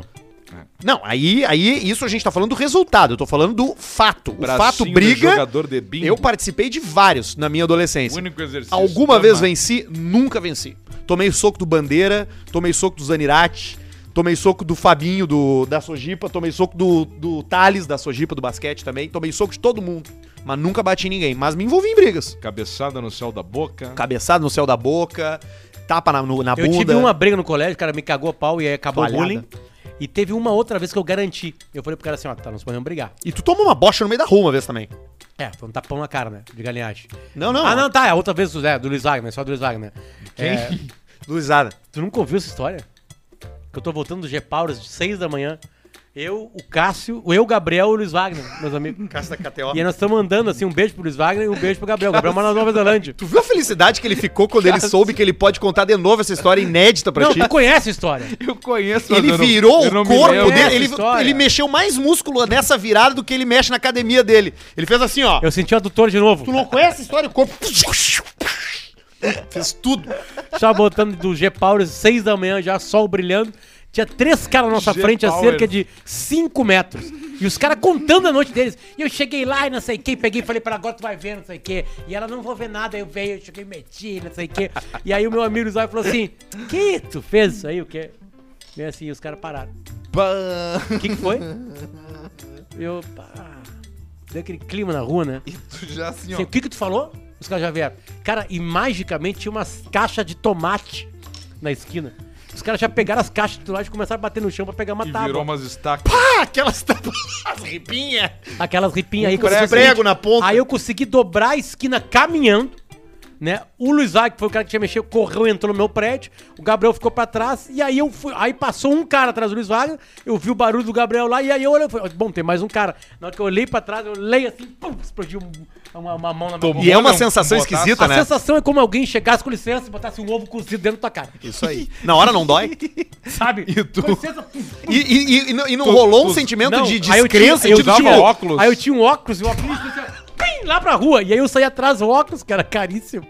Não, aí, aí isso a gente tá falando do resultado, eu tô falando do fato. O Bracinho fato de briga. jogador de bingo. Eu participei de vários na minha O adolescência. único exercício. Alguma Toma. vez venci? Nunca venci. Tomei o soco do Bandeira, tomei soco do Zanirati, tomei soco do Fabinho do, da Sojipa, tomei soco do, do Thales da Sojipa do basquete também, tomei soco de todo mundo. Mas nunca bati em ninguém, mas me envolvi em brigas. Cabeçada no céu da boca. Cabeçada no céu da boca, tapa na, no- na Eu bunda. tive uma briga no colégio, o cara me cagou a pau e aí acabou Toalhada. o bullying. E teve uma outra vez que eu garanti. Eu falei pro cara assim, ó, tá, nós podemos brigar. E tu tomou uma bocha no meio da rua uma vez também. É, foi um tapão na cara, né? De galinhagem. Não, não. Ah, não, tá. A outra vez é, do Luiz Wagner, só do Luiz Wagner. É, Luizada. tu nunca ouviu essa história? Que eu tô voltando do G-Powers de seis da manhã. Eu, o Cássio, eu, o Gabriel e o Luiz Wagner, meus amigos. Cássio da K T O. E aí nós estamos andando assim, um beijo pro Luiz Wagner e um beijo pro Gabriel. O Gabriel mora na Nova Zelândia. Tu viu a felicidade que ele ficou quando ele soube que ele pode contar de novo essa história inédita pra Não, ti? tu conhece a história. Eu conheço, mas Ele eu não- virou eu não o me corpo lembro. dele, essa ele, história. ele mexeu mais músculo nessa virada do que ele mexe na academia dele. Ele fez assim, ó. Eu senti o adutor de novo. Tu não conhece a história? O corpo... Fez tudo. Tava voltando do G-Powers, seis da manhã, já sol brilhando. Tinha três caras na nossa frente a G-Powers. cerca de cinco metros. E os caras contando a noite deles. E eu cheguei lá e não sei o que, peguei e falei pra ela, agora tu vai ver, não sei o que. E ela, não vou ver nada, aí eu veio, eu cheguei, meti, não sei o que. E aí o meu amigo Zóio falou assim, que tu fez isso aí, o quê? E assim, os caras pararam. O que que foi? Eu, pá, deu aquele clima na rua, né? Tu já assim, Assim, ó. o que que tu falou? Os caras já vieram. Cara, e magicamente tinha umas caixas de tomate na esquina. Os caras já pegaram as caixas de tomate e começaram a bater no chão pra pegar uma E tábua. virou umas estacas. Ah, aquelas tapas... As ripinhas. Aquelas ripinhas aí. Com que eu esse consegui- prego na ponta. Aí eu consegui dobrar a esquina caminhando, né? O Luiz Wagner, que foi o cara que tinha mexido, correu e entrou no meu prédio. O Gabriel ficou pra trás. E aí eu fui. Aí passou um cara atrás do Luiz Wagner. Eu vi o barulho do Gabriel lá. E aí eu olhei. Falei, bom, tem mais um cara. Na hora que eu olhei pra trás, eu olhei assim, pum, explodiu um- uma, uma mão na minha Tomou. boca. E é uma Olha, um sensação botaço. esquisita, A né? sensação é como alguém chegasse com licença e botasse um ovo cozido dentro da tua cara. Isso aí. Na hora não dói? Sabe? E tu? Com licença. pum, E, e, e, e não, e não Tu- rolou um tu- sentimento Não, de aí eu tinha- descrença? eu de usava tipo, óculos. Aí eu tinha um óculos e o óculos assim, ó, pim, lá pra rua. E aí eu saí atrás do óculos, que era caríssimo.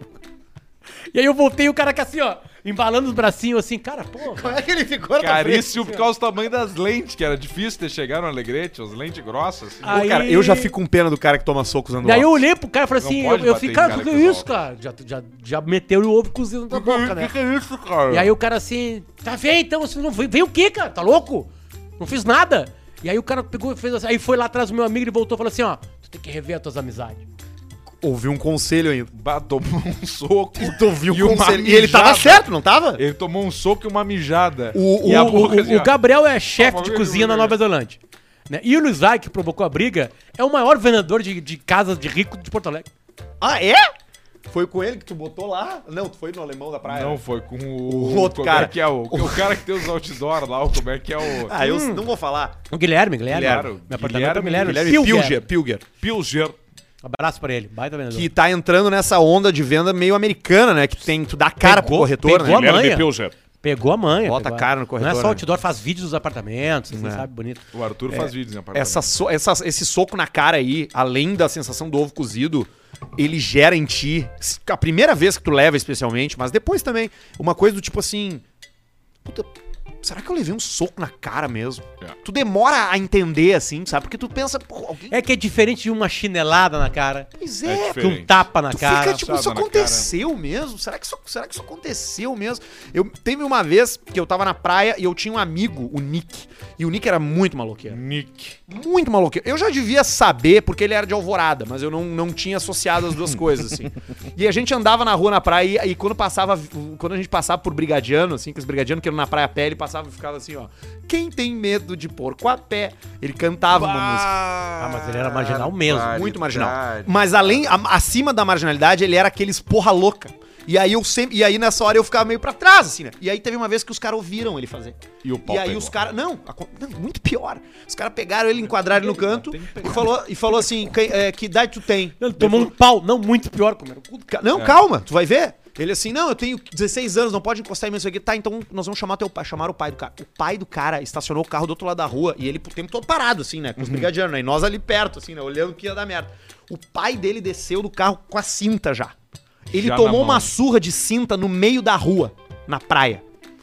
E aí eu voltei e o cara que assim, ó, embalando os bracinhos assim, cara, porra. Como é que ele ficou na tua Caríssimo por causa do tamanho das lentes, que era difícil ter chegado no Alegrete, as lentes grossas. Assim. Ah, Pô, cara, Aí- eu já fico com pena do cara que toma soco usando Daí eu óculos. olhei pro cara e falei Não assim, eu, pode eu bater fiquei, em cara, cara o que que é usa isso, cara? Já, já, já meteu o ovo cozido na tua boca, né? que é isso, cara? E aí o cara assim, tá vendo então? Você não vem, vem o quê, cara? Tá louco? Não fiz nada. E aí o cara pegou e fez assim, aí foi lá atrás do meu amigo e voltou e falou assim, ó, tu tem que rever as tuas amizades. Ouvi um conselho ainda. Bah, tomou um soco. Tu ouviu e um uma conselho. E ele tava mijada. certo, não tava? Ele tomou um soco e uma mijada. O, e a o- boca o- assim, o ó. Gabriel é chefe Por de favor, cozinha na Gabriel. Nova Zelândia. Né? E o Luiz Wagner, que provocou a briga, é o maior vendedor de, de casas de rico de Porto Alegre. Ah, é? Foi com ele que tu botou lá? Não, tu foi no Alemão da Praia. Não, foi com o... O outro como cara. É que é o, o cara que tem os outdoor lá, o- como é que é o... Ah, eu não vou falar. O Guilherme, Guilherme. Guilherme. Meu apartamento é o Guilherme. Guilherme Pilger. Pilger. Pilger. Pilger. Abraço pra ele, baita vendedor. Que tá entrando nessa onda de venda meio americana, né? Que tem, tu dá cara Pegou- pro corretor, pegou né? a manha. Pilger. Pegou a manha. Bota pegou a cara no corredor, Não é só né? outdoor, faz vídeos dos apartamentos, assim, É. sabe? Bonito. O Arthur faz vídeos em apartamento. Essa so- essa- esse soco na cara aí, além da sensação do ovo cozido, ele gera em ti, a primeira vez que tu leva especialmente, mas depois também, uma coisa do tipo assim, puta, será que eu levei um soco na cara mesmo? É. Tu demora a entender assim, sabe? Porque tu pensa, pô, alguém... É que é diferente de uma chinelada na cara, Pois É é, que diferente. um tapa na tu cara. fica tipo, isso Passada na aconteceu mesmo? Será que isso, será que isso aconteceu mesmo? Eu teve uma vez que eu tava na praia e eu tinha um amigo, o Nick, e o Nick era muito maloqueiro. Nick. Muito maluqueiro. Eu já devia saber porque ele era de Alvorada, mas eu não, não tinha associado as duas coisas, assim. E a gente andava na rua, na praia, e, e quando passava, quando a gente passava por brigadiano, assim, que os brigadianos que eram na praia a pé, ele passava e ficava assim, ó. Quem tem medo de porco a pé? Ele cantava uma música. Ah, mas ele era marginal mesmo. Muito marginal. Mas além, a- acima da marginalidade, ele era aqueles porra louca. E aí eu sempre. E aí nessa hora eu ficava meio pra trás, assim, né? E aí teve uma vez que os caras ouviram ele fazer. E o pau E aí pegou. os caras. Não, acon- não, muito pior. Os caras pegaram ele, enquadraram ele no canto e falou, e falou assim: "Que, é, que idade tu tem? Ele tomou um pau, não muito pior, como era o cu do Ca- Não, calma, tu vai ver. Ele assim, não, eu tenho dezesseis anos, não pode encostar em mim isso aqui. Tá, então nós vamos chamar teu pai, chamar o pai do cara. O pai do cara estacionou o carro do outro lado da rua e ele o tempo todo parado, assim, né? Com os brigadianos, né? E nós ali perto, assim, né? Olhando que ia dar merda. O pai dele desceu do carro com a cinta já. Ele Já na tomou mão. uma surra de cinta no meio da rua, na praia.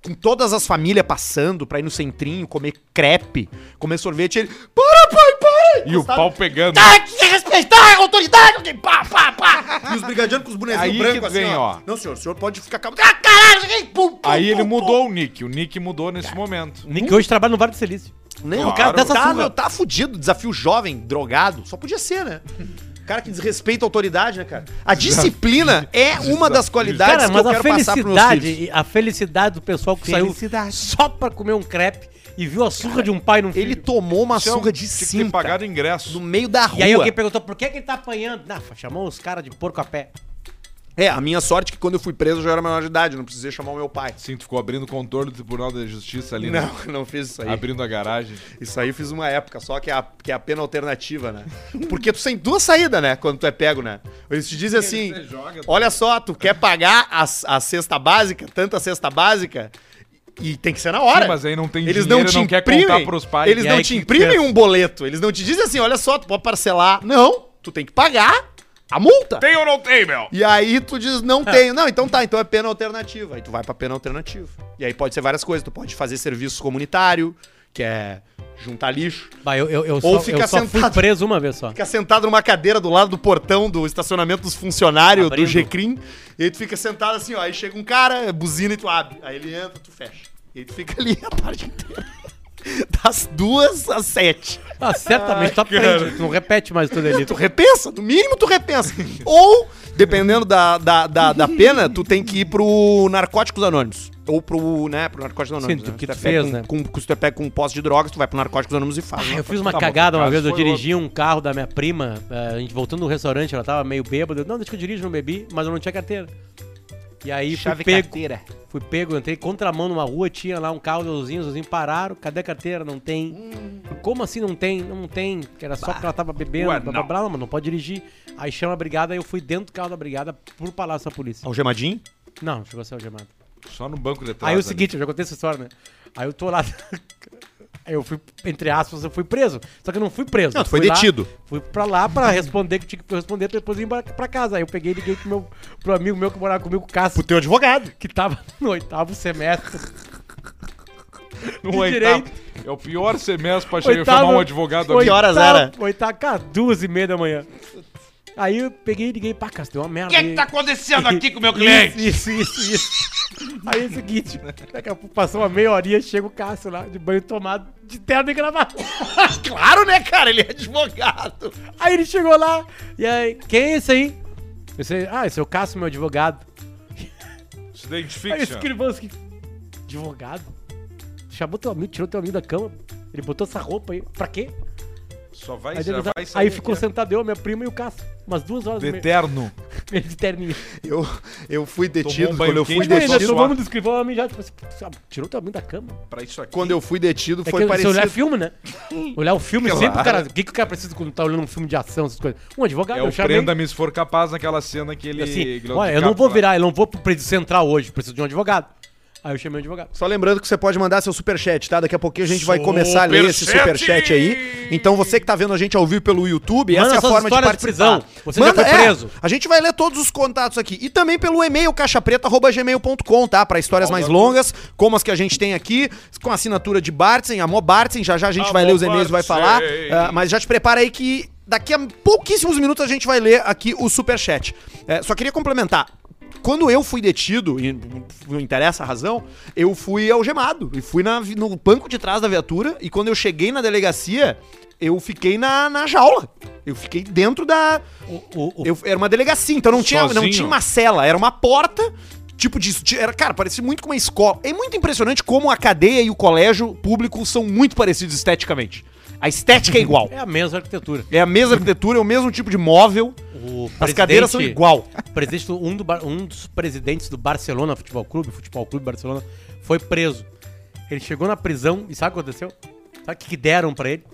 com todas as famílias passando pra ir no centrinho, comer crepe, comer sorvete, ele, para, pai, para! E o pau pegando. Tá, que respeitar a autoridade, ok, pá, pá, pá. E os brigadianos com os bonezinhos Aí brancos que assim, vem, ó. ó. Não, senhor, o senhor pode ficar calmo. Ah, caralho, okay, pum, pum, Aí ele pum, mudou o Nick. O Nick mudou nesse momento. O Nick hoje trabalha no Vale do Silício. Nem Claro. o cara dessa Tá, tá, meu, tá fudido, desafio jovem, drogado. Só podia ser, né? Cara que desrespeita a autoridade, né, cara? A disciplina é uma das qualidades Cara, que mas eu a quero passar pros meus filhos. felicidade, a felicidade do pessoal que Felicidade. saiu só pra comer um crepe e viu a surra de um pai num filho. Ele tomou uma Isso é um- surra de tinha que ter cinta pagado ingresso. no meio da rua. E aí alguém perguntou, por que, que ele tá apanhando? Não, chamou os caras de porco a pé. É, a minha sorte é que quando eu fui preso eu já era menor de idade, não precisei chamar o meu pai. Sim, tu ficou abrindo o contorno do Tribunal da Justiça ali, né? Não, não fiz isso aí. Abrindo a garagem. Isso aí eu fiz uma época só, que é a, que é a pena alternativa, né? Porque tu tem duas saídas, né? Quando tu é pego, né? Eles te dizem assim, Você joga, olha só, tu quer pagar a, a cesta básica, tanta cesta básica, e tem que ser na hora. Sim, mas aí não tem Eles dinheiro não e te não quer imprimem, contar pros pais. Eles E não aí te que imprimem pensa? um boleto. Eles não te dizem assim, olha só, tu pode parcelar. Não, tu tem que pagar a multa. Tem ou não tem, meu? E aí tu diz, não tenho. Não, então tá, então é pena alternativa. Aí tu vai pra pena alternativa. E aí pode ser várias coisas. Tu pode fazer serviço comunitário, que é juntar lixo. Bah, eu, eu, eu Ou só, fica eu só fui sentado. preso uma vez só. Fica sentado numa cadeira do lado do portão do estacionamento dos funcionários Abrindo. do G-Crim. E aí tu fica sentado assim, ó. Aí chega um cara, buzina e tu abre. Aí ele entra, tu fecha. E aí tu fica ali a tarde inteira. Das duas às sete. Ah, certamente, tu aprende, tu não repete mais tudo ali. Tu repensa, no mínimo tu repensa. Ou, dependendo da, da, da, da pena, tu tem que ir pro Narcóticos Anônimos. Ou pro, né, pro Narcóticos Anônimos. Sim, né? que Se tu é pego fez, com, né? Com, com, se tu é pego com posse de drogas, tu vai pro Narcóticos Anônimos e faz. Ah, eu fiz uma Tá bom, cagada no uma caso vez, eu foi dirigi um carro da minha prima, eh, a gente voltando do restaurante, ela tava meio bêbada. Eu, não, deixa que eu dirijo, não bebi, mas eu não tinha carteira. E aí fui pego, fui pego, entrei contramão numa rua, tinha lá um carro do Zãozinho, os Zãozinho pararam, cadê a carteira? Não tem. Hum. Como assim não tem? Não tem, que era só porque ela tava bebendo, Ué, blá, não. blá, blá, mas não pode dirigir. Aí chama a brigada, aí eu fui dentro do carro da brigada pro Palácio da Polícia. Algemadinho? Não, chegou a ser algemado. Só no banco de trás. Aí o ali. seguinte, eu já contei essa história, né? Aí eu tô lá. Aí eu fui, entre aspas, eu fui preso. Só que eu não fui preso. Não, eu tu foi fui lá- detido. Fui pra lá pra responder o que tinha que responder pra depois ir embora pra casa. Aí eu peguei e liguei pro, meu, pro amigo meu que morava comigo, o Cássio, Pro teu advogado. que tava no oitavo semestre. No de oitavo. direito. É o pior semestre pra chegar, chamar um advogado aqui. Que horas oitavo- era? Oitavo, cara, duas e meia da manhã. Aí eu peguei e liguei, pá, Cássio, deu uma merda. O que é que aí. tá acontecendo aqui com o meu cliente? Isso, isso, isso, isso. Aí é o seguinte, daqui a pouco passou uma meia horinha, chega o Cássio lá, de banho tomado, de terno e gravata. Claro, né, cara? Ele é advogado. Aí ele chegou lá, e aí, quem é esse aí? Eu disse, ah, esse é o Cássio, meu advogado. Se Aí identifica. esse escrivão assim, advogado? Chamou teu amigo, tirou teu amigo da cama, ele botou essa roupa aí, pra quê? Só vai, Aí, já ele- vai sair aí ficou aqui, sentado eu, minha prima e o Cássio, umas duas horas de e meia, eterno. ele de terninho. Eu, eu fui detido, um banho quando eu fui quente, Mas ainda deixou detido... tomamos do escrivão, a mim já, tipo assim, tirou teu amigo da cama. Pra isso aqui. Quando eu fui detido, É foi que se parecido... olhar filme, né? Olhar o filme Claro. sempre, o cara. O que, que o cara precisa quando tá olhando um filme de ação, essas coisas? Um advogado, É eu o chamei. Prenda-me se for capaz naquela cena que ele... Assim, que olha, eu não vou virar, eu não vou pro presídio central hoje, preciso de um advogado. Aí eu chamei um advogado. Só lembrando que você pode mandar seu superchat, tá? Daqui a pouquinho a gente vai começar a ler esse Superchat! superchat aí. Então você que tá vendo a gente ao vivo pelo YouTube, Manda essa é a suas forma de histórias de participar. prisão. Você já foi é, preso. a gente vai ler todos os contatos aqui. E também pelo e-mail caixapreta arroba gmail ponto com, tá? Pra histórias mais longas, como as que a gente tem aqui, com a assinatura de Bartzen, Amor Bartzen. Já já a gente Amor vai ler os e-mails e vai Bartzen. falar. Ah, mas já te prepara aí que daqui a pouquíssimos minutos a gente vai ler aqui o superchat. É, só queria complementar. Quando eu fui detido, e não interessa a razão, eu fui algemado. E fui na, no banco de trás da viatura. E quando eu cheguei na delegacia, eu fiquei na, na jaula. Eu fiquei dentro da... O, o, o- Eu, era uma delegacia, então não tinha, não Sozinho? tinha uma cela. Era uma porta, tipo disso. de- Era, cara, parecia muito com uma escola. É muito impressionante como a cadeia e o colégio público são muito parecidos esteticamente. A estética é igual. É a mesma arquitetura. É a mesma arquitetura, é o mesmo tipo de móvel. O As cadeiras são igual. Presidente, do- um, do, Bar- um dos presidentes do Barcelona Futebol Clube, Futebol Clube Barcelona, foi preso. Ele chegou na prisão e sabe o que aconteceu? Sabe o que, que deram pra ele?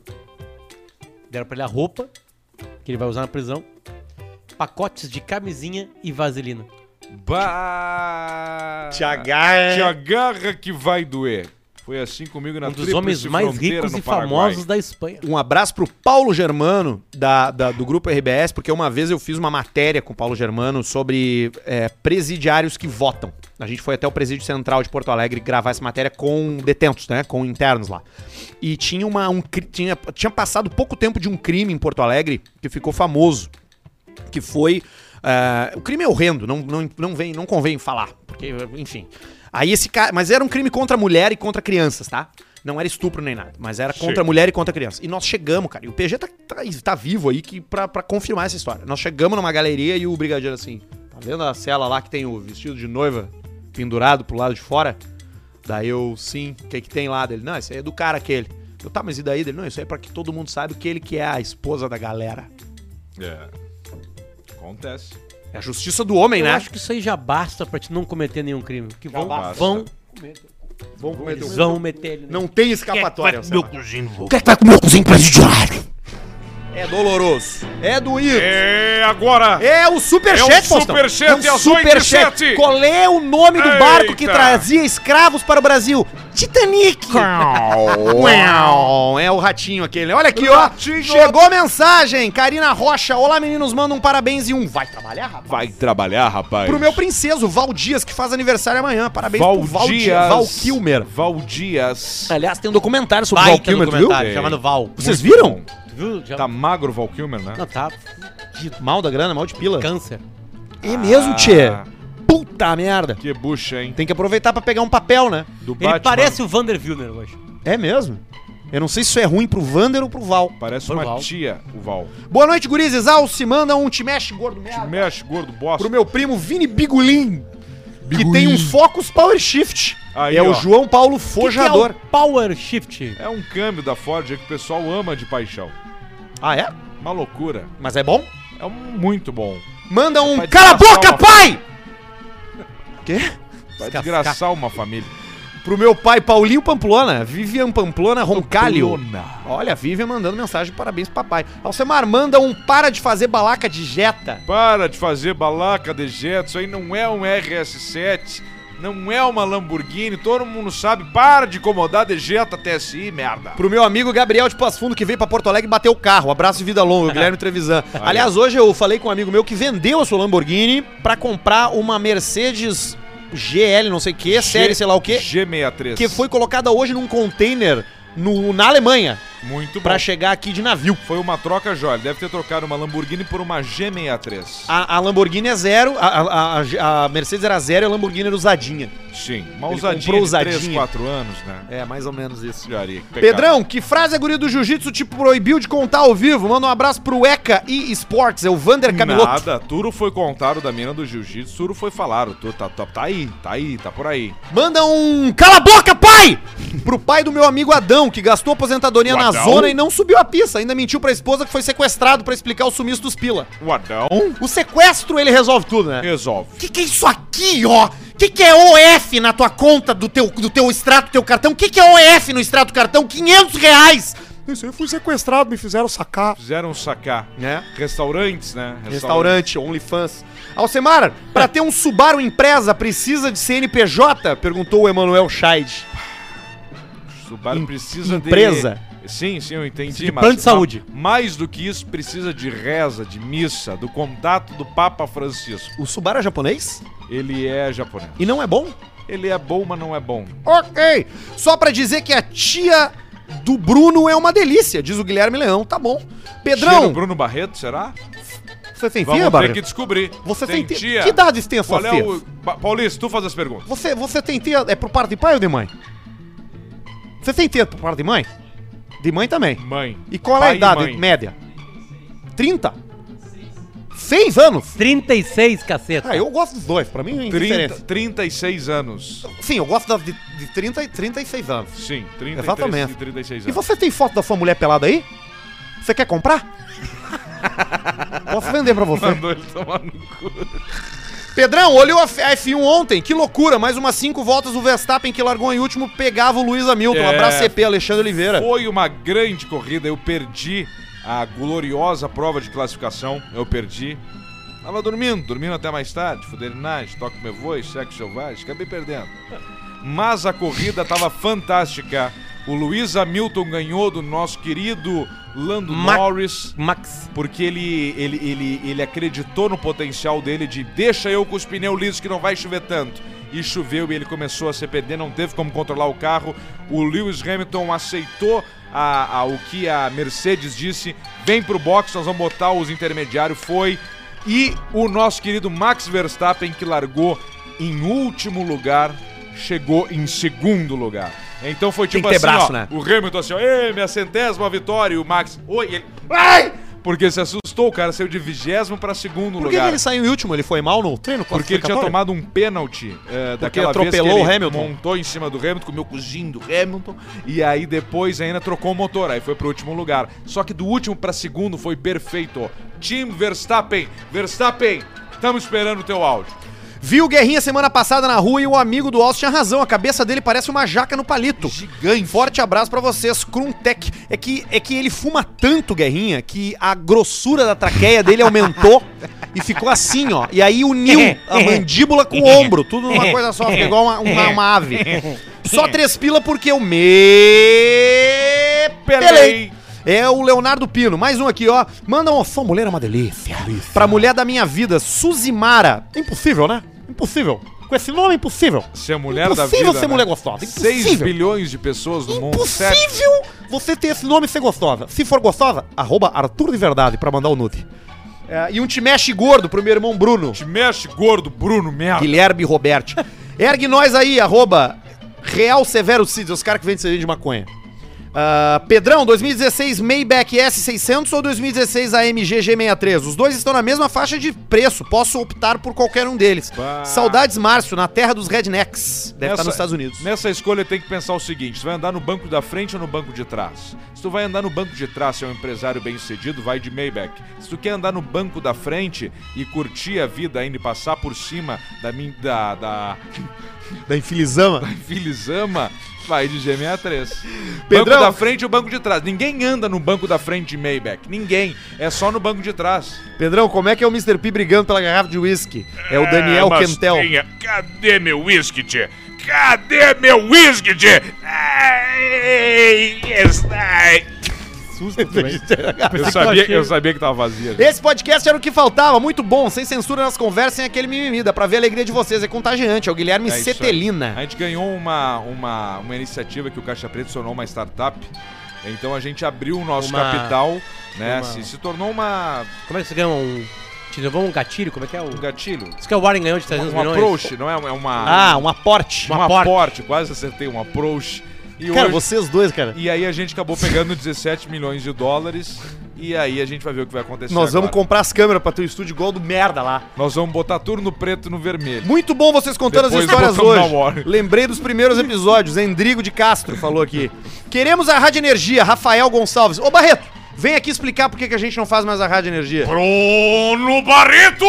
Deram pra ele a roupa que ele vai usar na prisão, pacotes de camisinha e vaselina. Bah... Te agarra. Te agarra que vai doer. Foi assim comigo na Um dos Tríplice homens mais Fronteira, ricos no e Paraguai. famosos da Espanha. Um abraço pro Paulo Germano, da, da- do Grupo R B S, porque uma vez eu fiz uma matéria com o Paulo Germano sobre é, presidiários que votam. A gente foi até o Presídio Central de Porto Alegre gravar essa matéria com detentos, né? Com internos lá. E tinha uma. Um, cri- tinha, tinha passado pouco tempo de um crime em Porto Alegre que ficou famoso. Que foi. é, o crime é horrendo, não, não, não, vem, não convém falar. Porque, enfim. Aí esse cara. Mas era um crime contra a mulher e contra crianças, tá? Não era estupro nem nada, mas era contra Chega. a mulher e contra a criança. E nós chegamos, cara. E o P G tá, tá, tá vivo aí que, pra, pra confirmar essa história. Nós chegamos numa galeria e o brigadeiro assim, tá vendo a cela lá que tem o vestido de noiva pendurado pro lado de fora? Daí eu, sim, o que que tem lá dele? Não, isso aí é do cara aquele. Eu, tá, mas e daí dele? Não, isso aí é pra que todo mundo saiba que ele que é a esposa da galera. É. Acontece. É a justiça do homem, Eu né? acho que isso aí já basta pra te não cometer nenhum crime. Que vão, basta. vão, Vamos comer eles vão meter ele. Não tem escapatória. Meu Alcemar. cozinho, vou. O que é que vai comer o cozinho presidiário? É doloroso. É doído. É agora! É o Superchat, É o Faustão. Superchat, É o às oito e sete. Qual é o nome do barco que Eita. trazia escravos para o Brasil? Titanic. Uau. É o ratinho aquele. Olha aqui, ó. Ratinho. Chegou a mensagem. Karina Rocha. Olá, meninos. Manda um parabéns e um. Vai trabalhar, rapaz? Vai trabalhar, rapaz. Pro meu princeso, Val Dias, que faz aniversário amanhã. Parabéns pro Val Val Dias. Dias. Val Kilmer. Val Dias. Aliás, tem um documentário sobre o Val Baita Kilmer, tu viu? documentário, viu? chamado Val. Vocês Muito viram? bom. Tu viu? Já... Tá magro o Val Kilmer, né? Não, tá. Mal da grana, mal de pila. Câncer. É mesmo, Ah, tchê? Puta merda. Que bucha, hein? Tem que aproveitar pra pegar um papel, né? Do Ele Batman. parece o Vander Wilner hoje. É mesmo? Eu não sei se isso é ruim pro Vander ou pro Val. Parece Pro uma Val. tia, o Val. Boa noite, gurizes. Alce, manda um te mexe, gordo merda. Mexe, gordo, bosta. Pro meu primo Vini Bigulin, que tem um Focus Power Shift. Aí, é ó. o João Paulo Que que Fojador. é o Power Shift. É um câmbio da Ford que o pessoal ama de paixão. Ah, é? Uma loucura. Mas é bom? É um muito bom. Manda um Vai cala a desgraçar boca, uma- pai! Quê? Vai Descascar. desgraçar uma família. Pro meu pai, Paulinho Pamplona, Vivian Pamplona Roncalho. Pamplona. Olha, a Vivian mandando mensagem de parabéns pro papai. Alcemar, manda um para de fazer balaca de Jetta. Para de fazer balaca de jet. Isso aí não é um R S sete. Não é uma Lamborghini. Todo mundo sabe. Para de incomodar de Jetta T S I, merda. Pro meu amigo Gabriel de Passo Fundo, que veio pra Porto Alegre e bateu o carro. Abraço e vida longa, Guilherme Trevisan. Aliás, hoje eu falei com um amigo meu que vendeu a sua Lamborghini pra comprar uma Mercedes G L, não sei o que, série sei lá o que, G sessenta e três. que foi colocada hoje num container no, na Alemanha Muito bom. pra chegar aqui de navio. Foi uma troca, Joel. Deve ter trocado uma Lamborghini por uma G sessenta e três. A, a Lamborghini é zero, a, a, a- a Mercedes era zero e a Lamborghini era usadinha. Sim. Uma Ele ousadinha comprou de três, usadinha. quatro anos, né? É, mais ou menos isso. Jaria, que pecado. Pedrão, que frase a guria do jiu-jitsu tipo proibiu de contar ao vivo? Manda um abraço pro Eca e Esportes, é o Vander Camiloto. Nada, tudo foi contado da mina do jiu-jitsu, tudo foi falado, tudo tá, tá, tá aí, tá aí, tá por aí. Manda um cala a boca, pai! Pro pai do meu amigo Adão, que gastou aposentadoria O na Adão? zona e não subiu a pista. Ainda mentiu pra esposa que foi sequestrado pra explicar o sumiço dos pila. O Adão O sequestro, ele resolve tudo, né? resolve. Que que é isso aqui, ó? Que que é O F na tua conta do teu, do teu extrato do teu cartão? Que que é O F no extrato do cartão? quinhentos reais! Isso, eu fui sequestrado, me fizeram sacar. Fizeram sacar. Né? Restaurantes, né? Restaurante, OnlyFans. Alcemar, pra ter um Subaru Impreza, precisa de C N P J? Perguntou o Emanuel Scheid. Subaru Em- precisa empresa. de... Sim, sim, eu entendi. De plano de saúde. Mais do que isso, precisa de reza, de missa, do contato do Papa Francisco. O Subaru é japonês? Ele é japonês. E não é bom? Ele é bom, mas não é bom. Ok. Só pra dizer que a tia do Bruno é uma delícia, diz o Guilherme Leão. Tá bom. Tia Pedrão, do Bruno Barreto, será? você tem Vamos tia, ter Barreto? que descobrir. Você tem, tia? tia? Que idade tem a sua Qual é tia? o... Pa- Paulista, tu faz as perguntas. Você, você tem tia, é por parte de pai ou de mãe? Você tem tia por parte de mãe? De mãe também. Mãe. E qual é Pai a e idade mãe. média? trinta? seis anos? trinta e seis, caceta. Ah, eu gosto dos dois, pra mim é trinta, indiferente. trinta e seis anos. Sim, eu gosto da- de, de trinta e trinta e seis anos. Sim, trinta e três Exatamente. e trinta e seis E anos. você tem foto da sua mulher pelada aí? Você quer comprar? Posso vender pra você. Mandou ele tomar no cu. Pedrão, olhou a F- a F um ontem, que loucura, mais umas cinco voltas o Verstappen que largou em último pegava o Luiz Hamilton. Um É. abraço C P, Alexandre Oliveira. Foi uma grande corrida, eu perdi a gloriosa prova de classificação, eu perdi. Tava dormindo, dormindo até mais tarde, fuderinagem, toque meu voz, sexo selvagem, acabei perdendo. mas a corrida estava fantástica. O Lewis Hamilton ganhou do nosso querido Lando Ma- Norris, Max. porque ele, ele, ele, ele acreditou no potencial dele de deixa eu com os pneus lisos que não vai chover tanto. E choveu e ele começou a se perder, não teve como controlar o carro. O Lewis Hamilton aceitou a, a, o que a Mercedes disse, vem pro box, nós vamos botar os intermediários, foi. E o nosso querido Max Verstappen, que largou em último lugar, chegou em segundo lugar. Então foi tipo Tem que ter assim, braço, ó, né? o Hamilton assim, ó, ei, minha centésima vitória, e o Max, oi, e ele, ai! Porque se assustou, o cara saiu de vigésimo pra segundo Por que, que lugar. ele saiu em último? Ele foi mal no treino? Porque ele tinha tomado um pênalti é, daquela atropelou vez que ele o Hamilton. montou em cima do Hamilton, comeu o cozinho do Hamilton, e aí depois ainda trocou o motor, aí foi pro último lugar. Só que do último pra segundo foi perfeito, ó. Team Verstappen, Verstappen, estamos esperando o teu áudio. Viu o Guerrinha semana passada na rua e o amigo do Alce tinha razão. A cabeça dele parece uma jaca no palito. Gigante. Forte abraço pra vocês. Kruntec. É que, é que ele fuma tanto, Guerrinha, que a grossura da traqueia dele aumentou e ficou assim, ó. E aí uniu a mandíbula com o ombro. Tudo numa coisa só. Ficou igual uma, uma, uma ave. Só três pila porque eu me... pelei. É o Leonardo Pino. Mais um aqui, ó. Manda uma... Sua mulher é uma delícia. delícia. Pra mulher da minha vida, Suzimara. Impossível, né? Impossível. Com esse nome, impossível. Ser a mulher Impossível da vida, ser né? mulher gostosa. seis Impossível. bilhões de pessoas no mundo. Sete. Impossível você ter esse nome e ser gostosa. Se for gostosa, arroba Arthur de Verdade pra mandar o nude. É, e um te mexe gordo pro meu irmão Bruno. Te mexe, gordo, Bruno, merda. Guilherme Roberti. Ergue nós aí, arroba Real Severo Cids, os caras que vendem cerveja de maconha. Uh, Pedrão, dois mil e dezesseis Maybach S seiscentos ou dois mil e dezesseis A M G G sessenta e três? Os dois estão na mesma faixa de preço, posso optar por qualquer um deles. Bah. Saudades Márcio, na terra dos rednecks. Deve Nessa- estar nos Estados Unidos. Nessa escolha tem que pensar o seguinte, tu vai andar no banco da frente ou no banco de trás? Se tu vai andar no banco de trás, se é um empresário bem sucedido, vai de Maybach. Se tu quer andar no banco da frente e curtir a vida ainda e passar por cima da min- da, da Da Infilizama. Filizama, vai de G sessenta e três. Pedrão. Banco da frente e o banco de trás. Ninguém anda no banco da frente de Maybach. Ninguém. É só no banco de trás. Pedrão, como é que é o mister P brigando pela garrafa de uísque? É o Daniel mas Quentel. tenha- Cadê meu whisky, tchê? Cadê meu whisky, tchê? Ai, yes, ai. Susto também. Eu sabia, eu sabia que tava vazia. Esse podcast era o que faltava, muito bom, sem censura nas conversas, sem aquele mimimi, dá pra ver a alegria de vocês, é contagiante, é o Guilherme É isso aí. Cetelina. A gente ganhou uma, uma, uma iniciativa que o Caixa Preta se tornou uma startup. Então a gente abriu o nosso Uma- capital, né? uma- Se, se tornou uma, Como é que você ganha um... Te levou um gatilho? Como é que é o... um gatilho. Isso que é o Warren ganhou de trezentos Um milhões. approach, não é, é uma... Ah, um aporte. um um aporte. aporte. Quase acertei, um approach. E Cara, hoje- vocês dois, cara. E aí a gente acabou pegando dezessete milhões de dólares. E aí a gente vai ver o que vai acontecer Nós vamos agora. comprar as câmeras pra teu estúdio igual do merda lá. Nós vamos botar tudo no preto e no vermelho. Muito bom vocês contando Depois as histórias botamos na hoje. hora. Lembrei dos primeiros episódios. Endrigo de Castro falou aqui. Queremos a Rádio Energia, Rafael Gonçalves. Ô, Barreto, vem aqui explicar por que que a gente não faz mais a Rádio Energia. Bruno Barreto!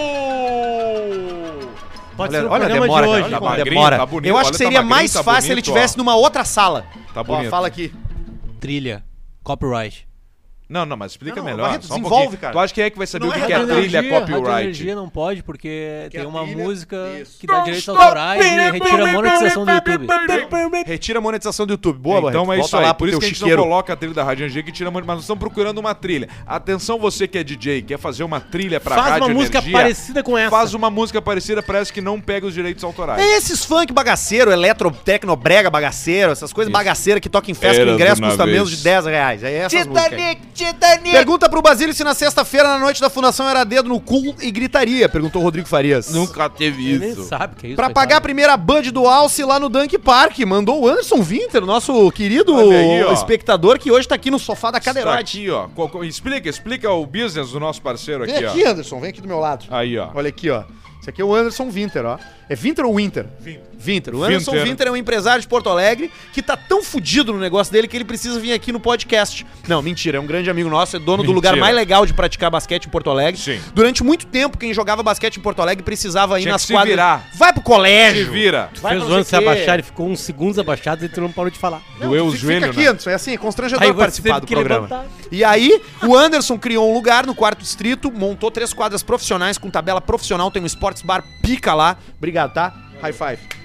Pode Olha, ser o olha a programa demora, de cara, hoje. tá olha a magrinho, demora. tá bonito, Eu acho olha, que tá seria magrinho, mais tá fácil se ele bonito, tivesse ó. numa outra sala. Tá Ó, bonito. fala aqui. Trilha. Copyright. Não, não, mas explica Não, não, melhor. Barreto, só um desenvolve, pouquinho. cara. Tu acha que é que vai saber Não o que, é que é Rádio trilha Rádio copyright? Energia não pode, porque Que tem a uma trilha- música Isso. que dá direitos autorais e retira a monetização do YouTube. Retira a monetização do YouTube. Boa, Barreto. Então é Volta isso aí, lá por pro isso teu que a gente chiqueiro. não coloca a trilha da Rádio Energia que tira muito, mas nós estamos procurando uma trilha. Atenção você que é D J, quer fazer uma trilha pra Faz Rádio uma música Energia, parecida com essa. faz uma música parecida, parece que não pega os direitos autorais. É esses funk bagaceiro, eletro, tecno, brega bagaceiro, essas coisas Isso. bagaceiras que tocam em festa, que Era o ingresso de uma custa vez. menos de dez reais. É essas músicas aí. Titanic! Pergunta pro Basílio se na sexta-feira, na noite da fundação, era dedo no cu e gritaria, perguntou o Rodrigo Farias. Nunca teve Ele nem isso. sabe o que é isso. Pra coitado. pagar a primeira Bud do Alce lá no Dunk Park, mandou o Anderson Winter, nosso querido Olha aí, ó. espectador, que hoje tá aqui no sofá da Tá cadeirote. aqui, ó. Co- co- Explica, explica o business do nosso parceiro aqui, Vem ó. aqui, Anderson, vem aqui do meu lado. Aí, ó. Olha aqui, ó. Esse aqui é o Anderson Winter, ó. É Winter ou Winter? Winter. O Anderson Winter. Winter é um empresário de Porto Alegre que tá tão fudido no negócio dele que ele precisa vir aqui no podcast. Não, mentira, é um grande amigo nosso, é dono do Mentira. lugar mais legal de praticar basquete em Porto Alegre. Sim. Durante muito tempo, quem jogava basquete em Porto Alegre precisava ir Tinha nas que se quadras. virar. Vai pro Se colégio. vira. Vai Fez pra o não Anderson se sei o quê. abaixar, ele ficou uns segundos abaixado e tu não parou de falar. Não, Doeu o fica joelho, aqui, né? Anderson, é assim, é constrangedor Aí você participar teve do que programa. levantar. E aí, o Anderson criou um lugar no quarto distrito, montou três quadras profissionais com tabela profissional, tem um sports bar pica lá. Obrigado, tá? High five.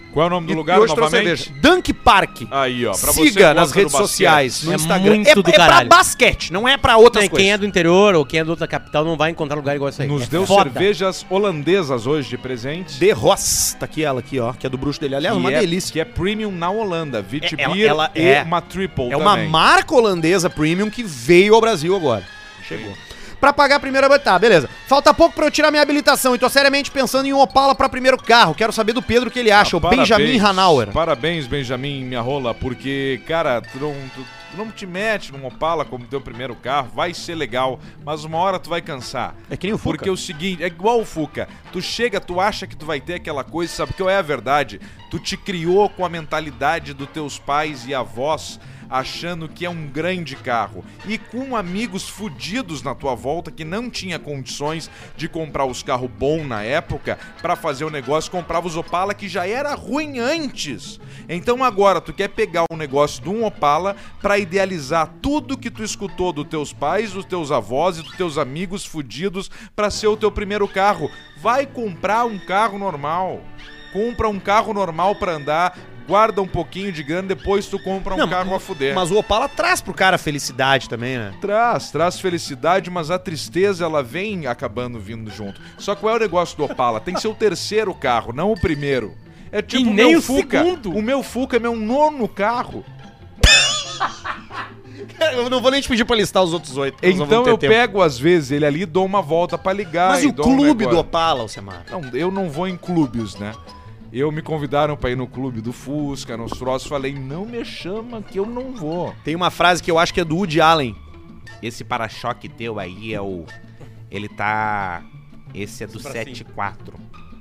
Qual é o nome do E- lugar, e hoje trouxe novamente? cerveja. Dunk Park. Aí, ó. Pra você Siga que nas gosta redes do basquete. sociais, no É Instagram. muito é, do é pra caralho. basquete, não é pra outras Não, e coisas. quem é do interior ou quem é do outra capital não vai encontrar lugar igual isso aí. Nos É deu foda. cervejas holandesas hoje de presente. De Ross, tá aqui ela aqui, ó, que é do bruxo dele. Aliás, que uma é, delícia. Que é premium na Holanda. Vitibir É, ela- ela e é- uma triple É uma também. marca holandesa premium que veio ao Brasil agora. Chegou. Pra pagar a primeira... Tá, beleza. Falta pouco pra eu tirar minha habilitação e tô seriamente pensando em um Opala pra primeiro carro. Quero saber do Pedro o que ele acha, Ah, o Benjamin Hanauer. Parabéns, Benjamin, minha rola, porque, cara, tu não, tu, tu não te mete num Opala como teu primeiro carro, vai ser legal, mas uma hora tu vai cansar. É que nem o Fuca. Porque é o seguinte, é igual o Fuca, tu chega, tu acha que tu vai ter aquela coisa, sabe que é a verdade? Tu te criou com a mentalidade dos teus pais e avós, achando que é um grande carro e com amigos fudidos na tua volta que não tinha condições de comprar os carros bons na época pra fazer o negócio, comprava os Opala que já era ruim antes. Então agora tu quer pegar um negócio de um Opala pra idealizar tudo que tu escutou dos teus pais, dos teus avós e dos teus amigos fudidos pra ser o teu primeiro carro. Vai comprar um carro normal. Compra um carro normal pra andar, guarda um pouquinho de grana, depois tu compra um Não, carro a fuder. Mas o Opala traz pro cara felicidade também, né? Traz, traz felicidade, mas a tristeza ela vem acabando vindo junto. Só que qual é o negócio do Opala? Tem que ser o terceiro carro, não o primeiro. É tipo E o nem meu o Fuca. segundo. O meu Fuca é meu nono carro. Eu não vou nem te pedir pra listar os outros oito. nós não Então vamos ter eu tempo. pego às vezes ele ali, dou uma volta pra ligar. Mas e o dou um clube do negócio. Opala, Alcemar? Não, eu não vou em clubes, né? Eu me convidaram pra ir no clube do Fusca, nos troços, falei, não me chama que eu não vou. Tem uma frase que eu acho que é do Woody Allen. Esse para-choque teu aí é o... Ele tá... Esse é do Pra sete quatro.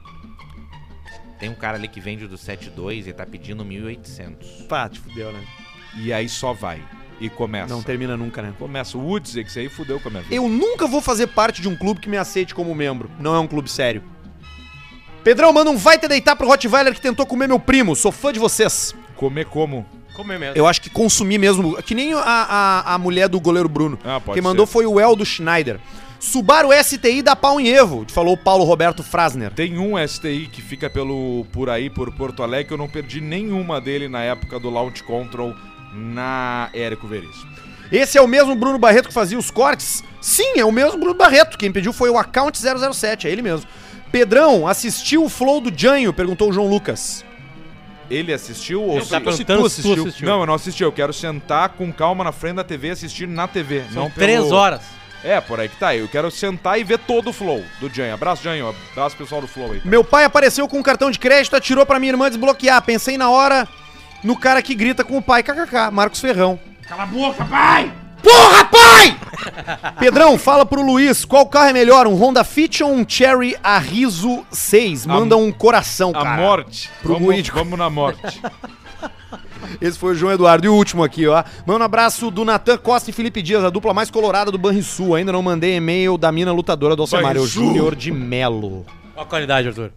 Tem um cara ali que vende do sete dois e tá pedindo mil e oitocentos. Pá, te fudeu, né? E aí só vai. E começa. Não termina nunca, né? Começa. O Woods, que isso aí fudeu com a minha vida. Eu nunca vou fazer parte de um clube que me aceite como membro. Não é um clube sério. Pedrão, manda um vai te deitar pro Rottweiler que tentou comer meu primo. Sou fã de vocês. Comer como? Comer mesmo. Eu acho que consumir mesmo. Que nem a, a, a mulher do goleiro Bruno. Ah, pode Quem mandou ser. foi o Eldo Schneider. Subaru S T I dá pau em Evo, falou o Paulo Roberto Frasner. Tem um S T I que fica pelo, por aí, por Porto Alegre, que eu não perdi nenhuma dele na época do Launch Control na Érico Veríssimo. Esse é o mesmo Bruno Barreto que fazia os cortes? Sim, é o mesmo Bruno Barreto. Quem pediu foi o Account zero zero sete, é ele mesmo. Pedrão, assistiu o Flow do Janho? Perguntou o João Lucas. Ele assistiu ou Ele tá se- perguntando se tu assistiu. Não, eu não assisti. Eu quero sentar com calma na frente da T V e assistir na T V. São não três pelo... horas. É, por aí que tá. Eu quero sentar e ver todo o Flow do Janho. Abraço, Janho. Abraço, pessoal do Flow aí. Meu pai apareceu com um cartão de crédito, atirou pra minha irmã desbloquear. Pensei na hora no cara que grita com o pai. K K K, Marcos Ferrão. Cala a boca, pai! Porra, pai! Pedrão, fala pro Luiz, qual carro é melhor, um Honda Fit ou um Cherry Arriso seis? Manda um coração, A cara. morte. Pro vamos, Luigi. vamos na morte. Esse foi o João Eduardo. E o último aqui, ó. Manda um abraço do Natan Costa e Felipe Dias, a dupla mais colorada do Banrisul. Ainda não mandei e-mail da mina lutadora do Alcemar, é o Banrisul. Júnior de Melo. Qual a qualidade, Arthur?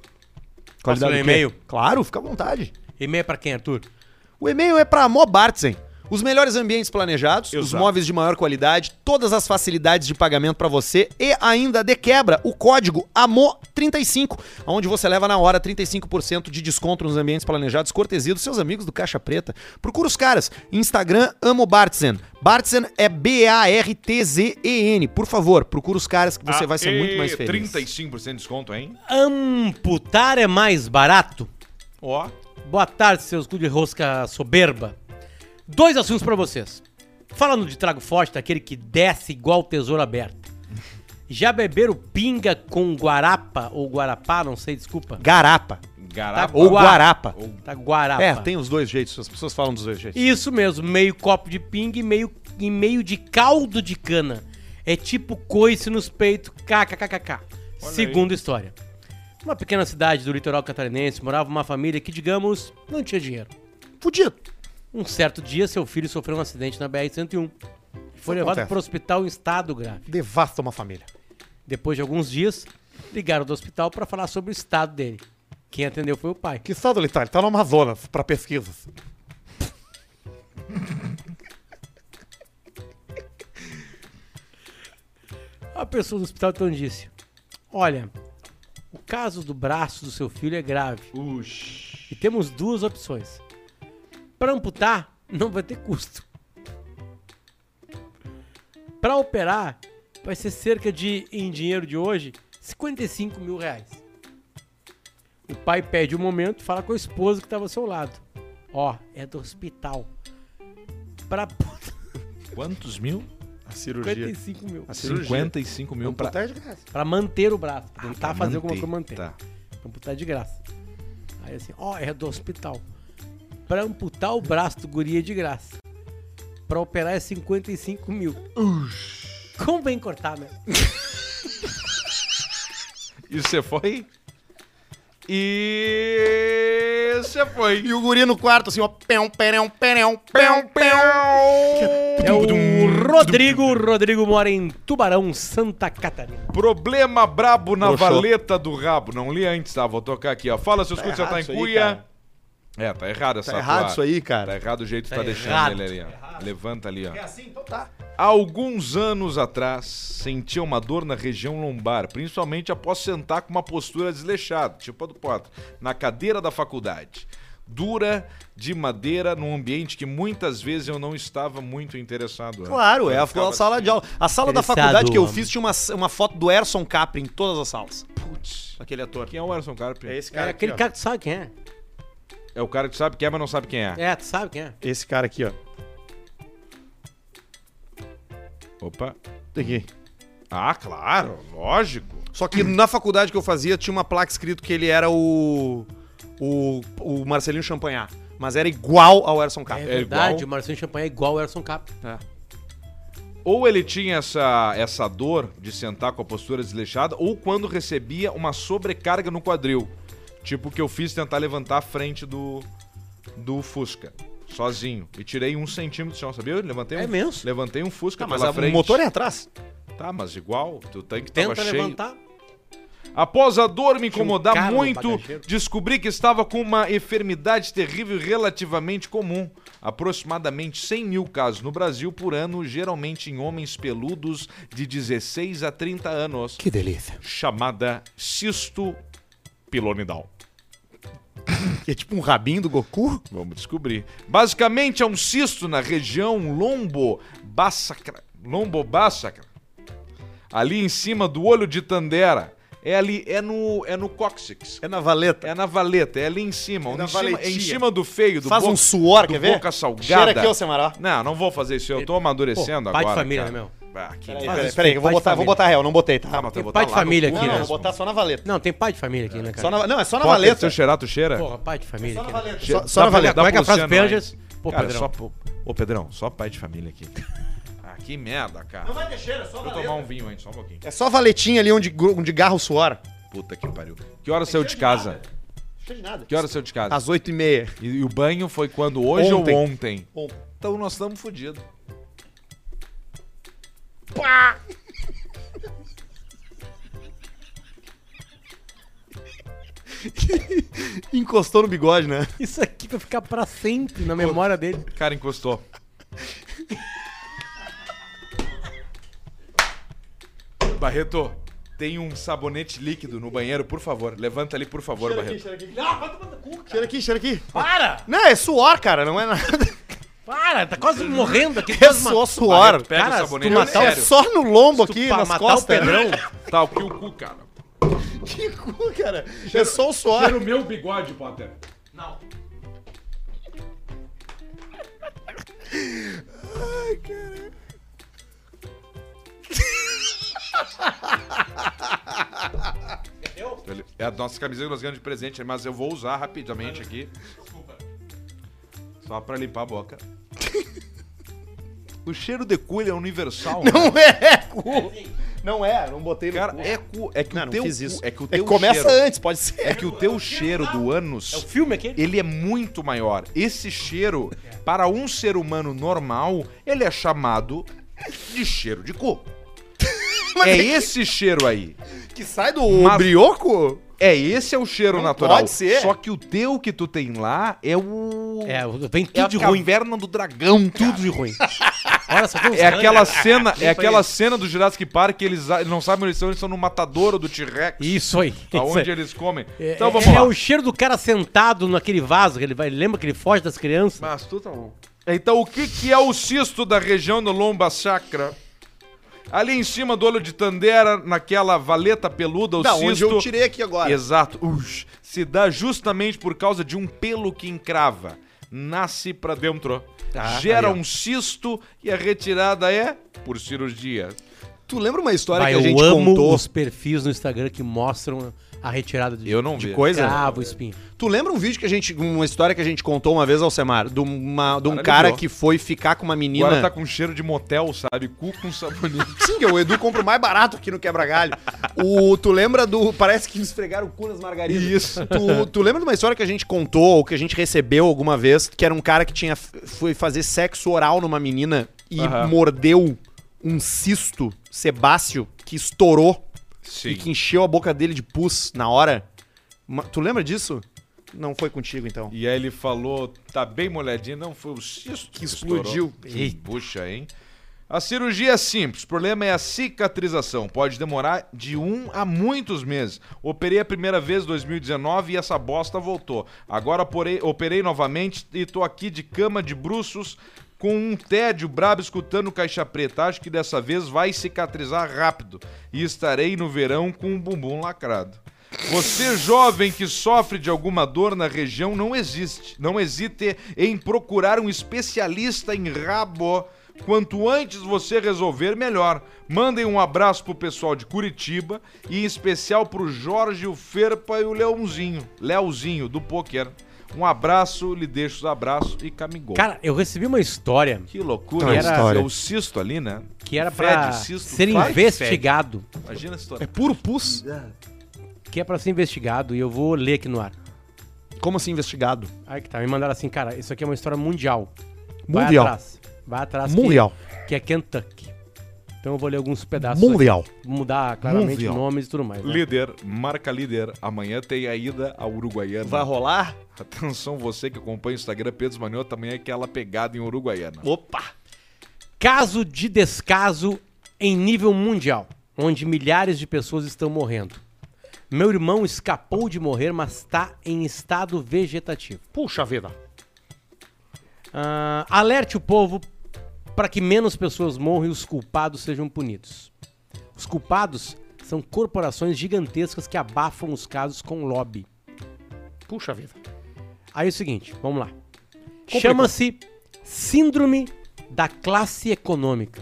Posso Qualidade ler do quê? e-mail? Claro, fica à vontade. E-mail é pra quem, Arthur? O e-mail é para Mobartzen. Os melhores ambientes planejados, os Exato. móveis de maior qualidade, todas as facilidades de pagamento para você e ainda de quebra o código A M O trinta e cinco, onde você leva na hora trinta e cinco por cento de desconto nos ambientes planejados, cortesia dos seus amigos do Caixa Preta. Procura os caras. Instagram, Amo Bartzen. Bartzen é B A R T Z E N. Por favor, procura os caras que você Ah, vai ser muito mais e feliz. trinta e cinco por cento de desconto, hein? Amputar é mais barato? Ó. Boa tarde, seus cu de rosca soberba. Dois assuntos pra vocês. Falando de trago forte, daquele que desce igual tesouro aberto. Já beberam pinga com guarapa ou guarapá, não sei, desculpa. Garapa. Garapa. Ou Gua- guarapa. Tá guarapa. É, tem os dois jeitos, as pessoas falam dos dois jeitos. Isso mesmo, meio copo de pinga e meio, e meio de caldo de cana. É tipo coice nos peitos, kkkk. Segunda história. Numa pequena cidade do litoral catarinense morava uma família que, digamos, não tinha dinheiro. Fudido. Um certo dia, seu filho sofreu um acidente na B R cento e um. Foi levado acontece. para o hospital em estado grave. Devasta uma família. Depois de alguns dias, ligaram do hospital para falar sobre o estado dele. Quem atendeu foi o pai. Que estado ele tá? Ele tá no Amazonas, pra pesquisas. A pessoa do hospital então disse: olha, o caso do braço do seu filho é grave. Uxi. E temos duas opções. Para amputar, não vai ter custo. Para operar, vai ser cerca de, em dinheiro de hoje, cinquenta e cinco mil reais. O pai pede um momento e fala com a esposa que estava ao seu lado. Ó, é do hospital. Pra... Quantos mil? A cirurgia. cinquenta e cinco mil. A cirurgia. cinquenta e cinco mil pra... Amputar é de graça. Pra manter o braço. Pra Ah, tentar pra fazer alguma manter, coisa manter. tá. Pra amputar de graça. Aí assim, ó, é do hospital. Pra amputar o braço do guri é de graça. Pra operar é cinquenta e cinco mil. Como vem cortar, né? E você foi? E você foi. E o guri no quarto, assim, ó. Pão, perão, perão, pão, pão. É o Rodrigo. Rodrigo mora em Tubarão, Santa Catarina. Problema brabo na Broxou. valeta do rabo. Não li antes, tá? Vou tocar aqui, ó. Fala, seus cursos, você tá em errado isso aí, cuia. cara. É, tá errado essa Tá errado tua- isso aí, Tá cara. errado o jeito que Tá tá, deixando errado. ele ali, ó. Levanta ali, ó. É assim, então tá. Há alguns anos atrás, sentia uma dor na região lombar, principalmente após sentar com uma postura desleixada, tipo a do Potter, na cadeira da faculdade. Dura, de madeira, num ambiente que muitas vezes eu não estava muito interessado. né? Claro, é Eu a, ficava a sala assim. de aula. A sala da Interessado, faculdade que eu homem. fiz tinha uma, uma foto do Erson Capri em todas as salas. Putz, Aquele ator. quem é o Erson Carpe? É esse É cara aquele aqui, ó. cara que tu sabe quem é. É o cara que sabe quem é, mas não sabe quem é. É, tu sabe quem é. Esse cara aqui, ó. Opa. Aqui. Ah, claro, lógico. Só que na faculdade que eu fazia tinha uma placa escrito que ele era o. O, o Marcelinho Champagnat. Mas era igual ao Erson É Capri. verdade, igual. o Marcinho Champagne é igual o Erson Cap. É. Ou ele tinha essa, essa dor de sentar com a postura desleixada, ou quando recebia uma sobrecarga no quadril. Tipo o que eu fiz tentar levantar a frente do, do Fusca, sozinho. E tirei um centímetro do chão, sabia? Eu levantei um, É mesmo? Levantei um Fusca Tá, mas pela a- frente. o motor é atrás. Tá, mas igual, o tanque Tenta tava cheio. levantar. Após a dor me Tinha um incomodar cara no muito, bagageiro. descobri que estava com uma enfermidade terrível e relativamente comum. Aproximadamente cem mil casos no Brasil por ano, geralmente em homens peludos de dezesseis a trinta anos. Que delícia. Chamada cisto pilonidal. Que é tipo um rabinho do Goku. Vamos descobrir. Basicamente é um cisto na região lombo-bassacra. Lombo-bassacra. Ali em cima do olho de Tandera. É ali, é no, é no cóccix. É na valeta. É na valeta, é ali em cima. É na em, cima é em valetinha. cima do feio, do Faz boca, um suor, do quer ver? boca salgada. Cheira aqui, ô Semaró. Não, não vou fazer isso. Eu tô amadurecendo Pô, pai de agora, família, cara. né, meu? Ah, que Peraí, merda. peraí, isso peraí, tem eu vou pai de botar, vou família. botar real, não botei, tá? Ah, mas Tem tu vai pai botar de lá no família cu, aqui, Não, né? não, vou botar só na valeta. Não, tem pai de família aqui, né, cara? Só na, não, é só na Potter, valeta. Se eu cheirar, tu cheira? Porra, pai de família Só na aqui. né? valeta. Che- Só, só dá na pra- valeta. dá Como é que é a frase pulsando do aí. Pedras? Pô, Cara, Pedrão. só... pô- Ô, Pedrão, só pai de família aqui. Ah, que merda, cara. vai ter cheiro, é só Deixa eu tomar um vinho aí, só um pouquinho. É só valetinha ali onde, onde garra o suor. Puta que pariu. Que hora saiu de casa? Cheiro de nada. Que hora saiu de casa? Às oito e meia. E, e o banho foi quando? Hoje Ontem. ou ontem? Ontem. Então nós estamos fodidos. Encostou no bigode, né? Isso aqui vai ficar pra sempre na memória dele. O cara encostou. Barreto, tem um sabonete líquido no banheiro, por favor. Levanta ali, por favor, Barreto. cheira aqui. Cheira aqui, cheira aqui. Para! Não, é suor, cara, não é nada. Para! Tá quase morrendo aqui. É quase ma- só suor. Barreto, pega Cara, o sabonete. se tu matar o- É sério. só no lombo Tu aqui, pa- nas matar costas. o Pedrão. Tá, o que o cu, cara. Que cu, cara. É só o suor. Cheira o meu bigode, Potter. Não. Ai, cara. Entendeu? É a nossa camisa que nós ganhamos de presente, mas eu vou usar rapidamente aqui. Só pra limpar a boca. O cheiro de cu ele é universal, né? Não é cu. Não é, não botei no Cara, cu. é cu. É que Não, o não teu fiz cu- isso. É que o É teu que começa cheiro, antes, pode ser. É que o teu cheiro do ânus, É o filme aquele? ele é muito maior. Esse cheiro, para um ser humano normal, ele é chamado de cheiro de cu. Mas É é que- esse cheiro aí. Que sai do Mas- brioco? É, esse é o cheiro Não natural. pode ser. Só que o teu que tu tem lá é o... É, vem É tudo a de ruim. caverna do dragão, cara. Tudo de ruim. Olha só, tem uns É aquela hangers. cena, é Limpa aquela isso. cena do Jurassic Park que eles, eles não sabem onde eles estão, eles estão no matadouro do T-Rex. Isso aí. isso Aonde aí. eles comem. É, Então vamos é, lá. é o cheiro do cara sentado naquele vaso, que ele vai, lembra que ele foge das crianças? Mas tu tá bom. Então o que que é o cisto da região do lomba sacra? Ali em cima do olho de Tandera, naquela valeta peluda, o Da cisto... onde eu tirei aqui agora. Exato. Ux, se dá justamente por causa de um pelo que encrava. Nasce pra dentro. Ah, Gera aí, ó. um cisto e a retirada é por cirurgia. Tu lembra uma história Vai, que a gente eu amo contou? os perfis no Instagram que mostram a retirada de, Eu não De vi. coisa? cravo, espinho. Tu lembra um vídeo que a gente. Uma história que a gente contou uma vez, Alcemar? De, uma, de um Agora cara lembrou. que foi ficar com uma menina. Agora tá com cheiro de motel, sabe? Cu com sabonete. Sim, que o Edu compra o mais barato aqui no Quebra-Galho. O, tu lembra do. Parece que esfregaram o cu nas margaridas. Isso. Tu, tu lembra de uma história que a gente contou, ou que a gente recebeu alguma vez, que era um cara que tinha foi fazer sexo oral numa menina e Aham. mordeu um cisto sebáceo que estourou Sim. e que encheu a boca dele de pus na hora? Ma- Tu lembra disso? Não foi contigo, então. E aí ele falou, tá bem molhadinho, não foi o cisto Que explodiu. Que puxa, hein? A cirurgia é simples, o problema é a cicatrização. Pode demorar de um a muitos meses. Operei a primeira vez em dois mil e dezenove e essa bosta voltou. Agora porei- operei novamente e tô aqui de cama de bruços com um tédio brabo escutando Caixa Preta. Acho que dessa vez vai cicatrizar rápido e estarei no verão com o bumbum lacrado. Você jovem que sofre de alguma dor na região, não existe. Não hesite em procurar um especialista em rabo. Quanto antes você resolver, melhor. Mandem um abraço pro pessoal de Curitiba e em especial pro Jorge, o Ferpa e o Leãozinho. Leozinho, do Poker. Um abraço, lhe deixo os abraços e camigol. Cara, eu recebi uma história Que loucura. Que Era, história. é o cisto ali, né? que era Fede, pra cisto, ser claro que investigado. Imagina a história. É puro pus? Que é pra ser investigado e eu vou ler aqui no ar. Como assim investigado? Aí que tá, me mandaram assim, cara, isso aqui é uma história mundial. Vai Mundial. atrás. Vai atrás. que- Mundial. Que, é Kentucky. Então eu vou ler alguns pedaços. aqui. Mundial. Vou mudar claramente Mundial. nomes e tudo mais. Né? Líder, marca líder. Amanhã tem a ida ao Uruguaiana. Vai rolar? Atenção, você que acompanha o Instagram Pedro Manioto, amanhã é aquela pegada em Uruguaiana. Opa! Caso de descaso em nível mundial, onde milhares de pessoas estão morrendo. Meu irmão escapou de morrer, mas está em estado vegetativo. Puxa vida. Ah, alerte o povo para que menos pessoas morram e os culpados sejam punidos. Os culpados são corporações gigantescas que abafam os casos com lobby. Puxa vida. Aí é o seguinte, vamos lá. Chama-se Síndrome da Classe Econômica.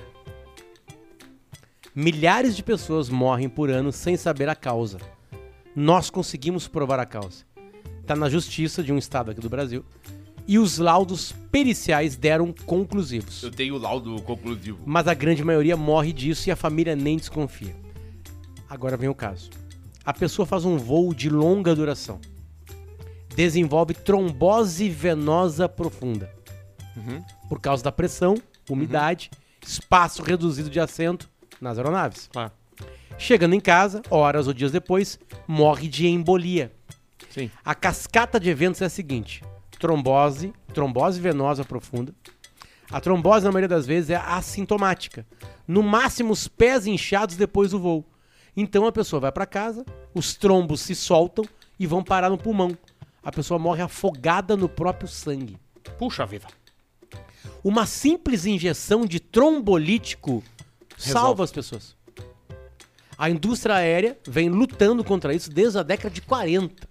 Milhares de pessoas morrem por ano sem saber a causa. Nós conseguimos provar a causa. Está na justiça de um estado aqui do Brasil. E os laudos periciais deram conclusivos. tenho o laudo conclusivo. Mas a grande maioria morre disso e a família nem desconfia. Agora vem o caso. A pessoa faz um voo de longa duração. Desenvolve trombose venosa profunda. Por causa da pressão, umidade, espaço reduzido de assento nas aeronaves. Claro. Chegando em casa, horas ou dias depois, morre de embolia. Sim. A cascata de eventos é a seguinte: trombose, trombose venosa profunda. A trombose, na maioria das vezes, é assintomática. No máximo, os pés inchados depois do voo. Então a pessoa vai para casa, os trombos se soltam e vão parar no pulmão. A pessoa morre afogada no próprio sangue. Puxa vida. Uma simples injeção de trombolítico salva as pessoas. A indústria aérea vem lutando contra isso desde a década de quarenta.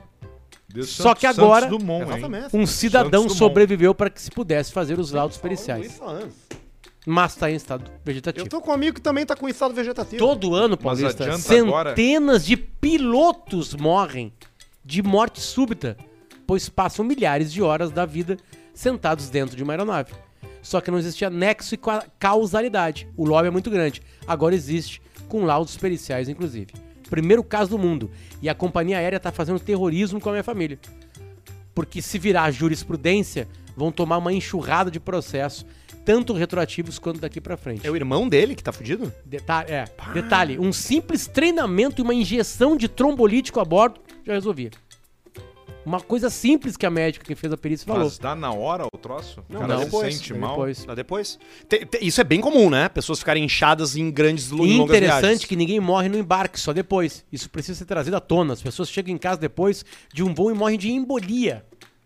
Só que agora, Dumont, hein? Exatamente. Um cidadão Santos Dumont. sobreviveu para que se pudesse fazer os laudos periciais. Mas está em estado vegetativo. Eu tô com um amigo que também tá com estado vegetativo. Todo ano, Mas Paulista, adianta centenas de pilotos morrem de morte súbita, pois passam milhares de horas da vida sentados dentro de uma aeronave. Só que não existia nexo e ca- causalidade. O lobby é muito grande. Agora existe, com laudos periciais, inclusive. Primeiro caso do mundo. E a companhia aérea tá fazendo terrorismo com a minha família. Porque se virar jurisprudência, vão tomar uma enxurrada de processo tanto retroativos quanto daqui pra frente. É o irmão dele que tá fudido? Detalhe, é, detalhe, um simples treinamento e uma injeção de trombolítico a bordo já resolvia. Uma coisa simples que a médica que fez a perícia falou. Mas dá na hora o troço? Não, o cara não, se depois, sente não, mal? depois. Lá depois. Te- te- isso é bem comum, né? Pessoas ficarem inchadas em grandes lu- E longas interessante viagens. que ninguém morre no embarque, só depois. Isso precisa ser trazido à tona. As pessoas chegam em casa depois de um voo e morrem de embolia.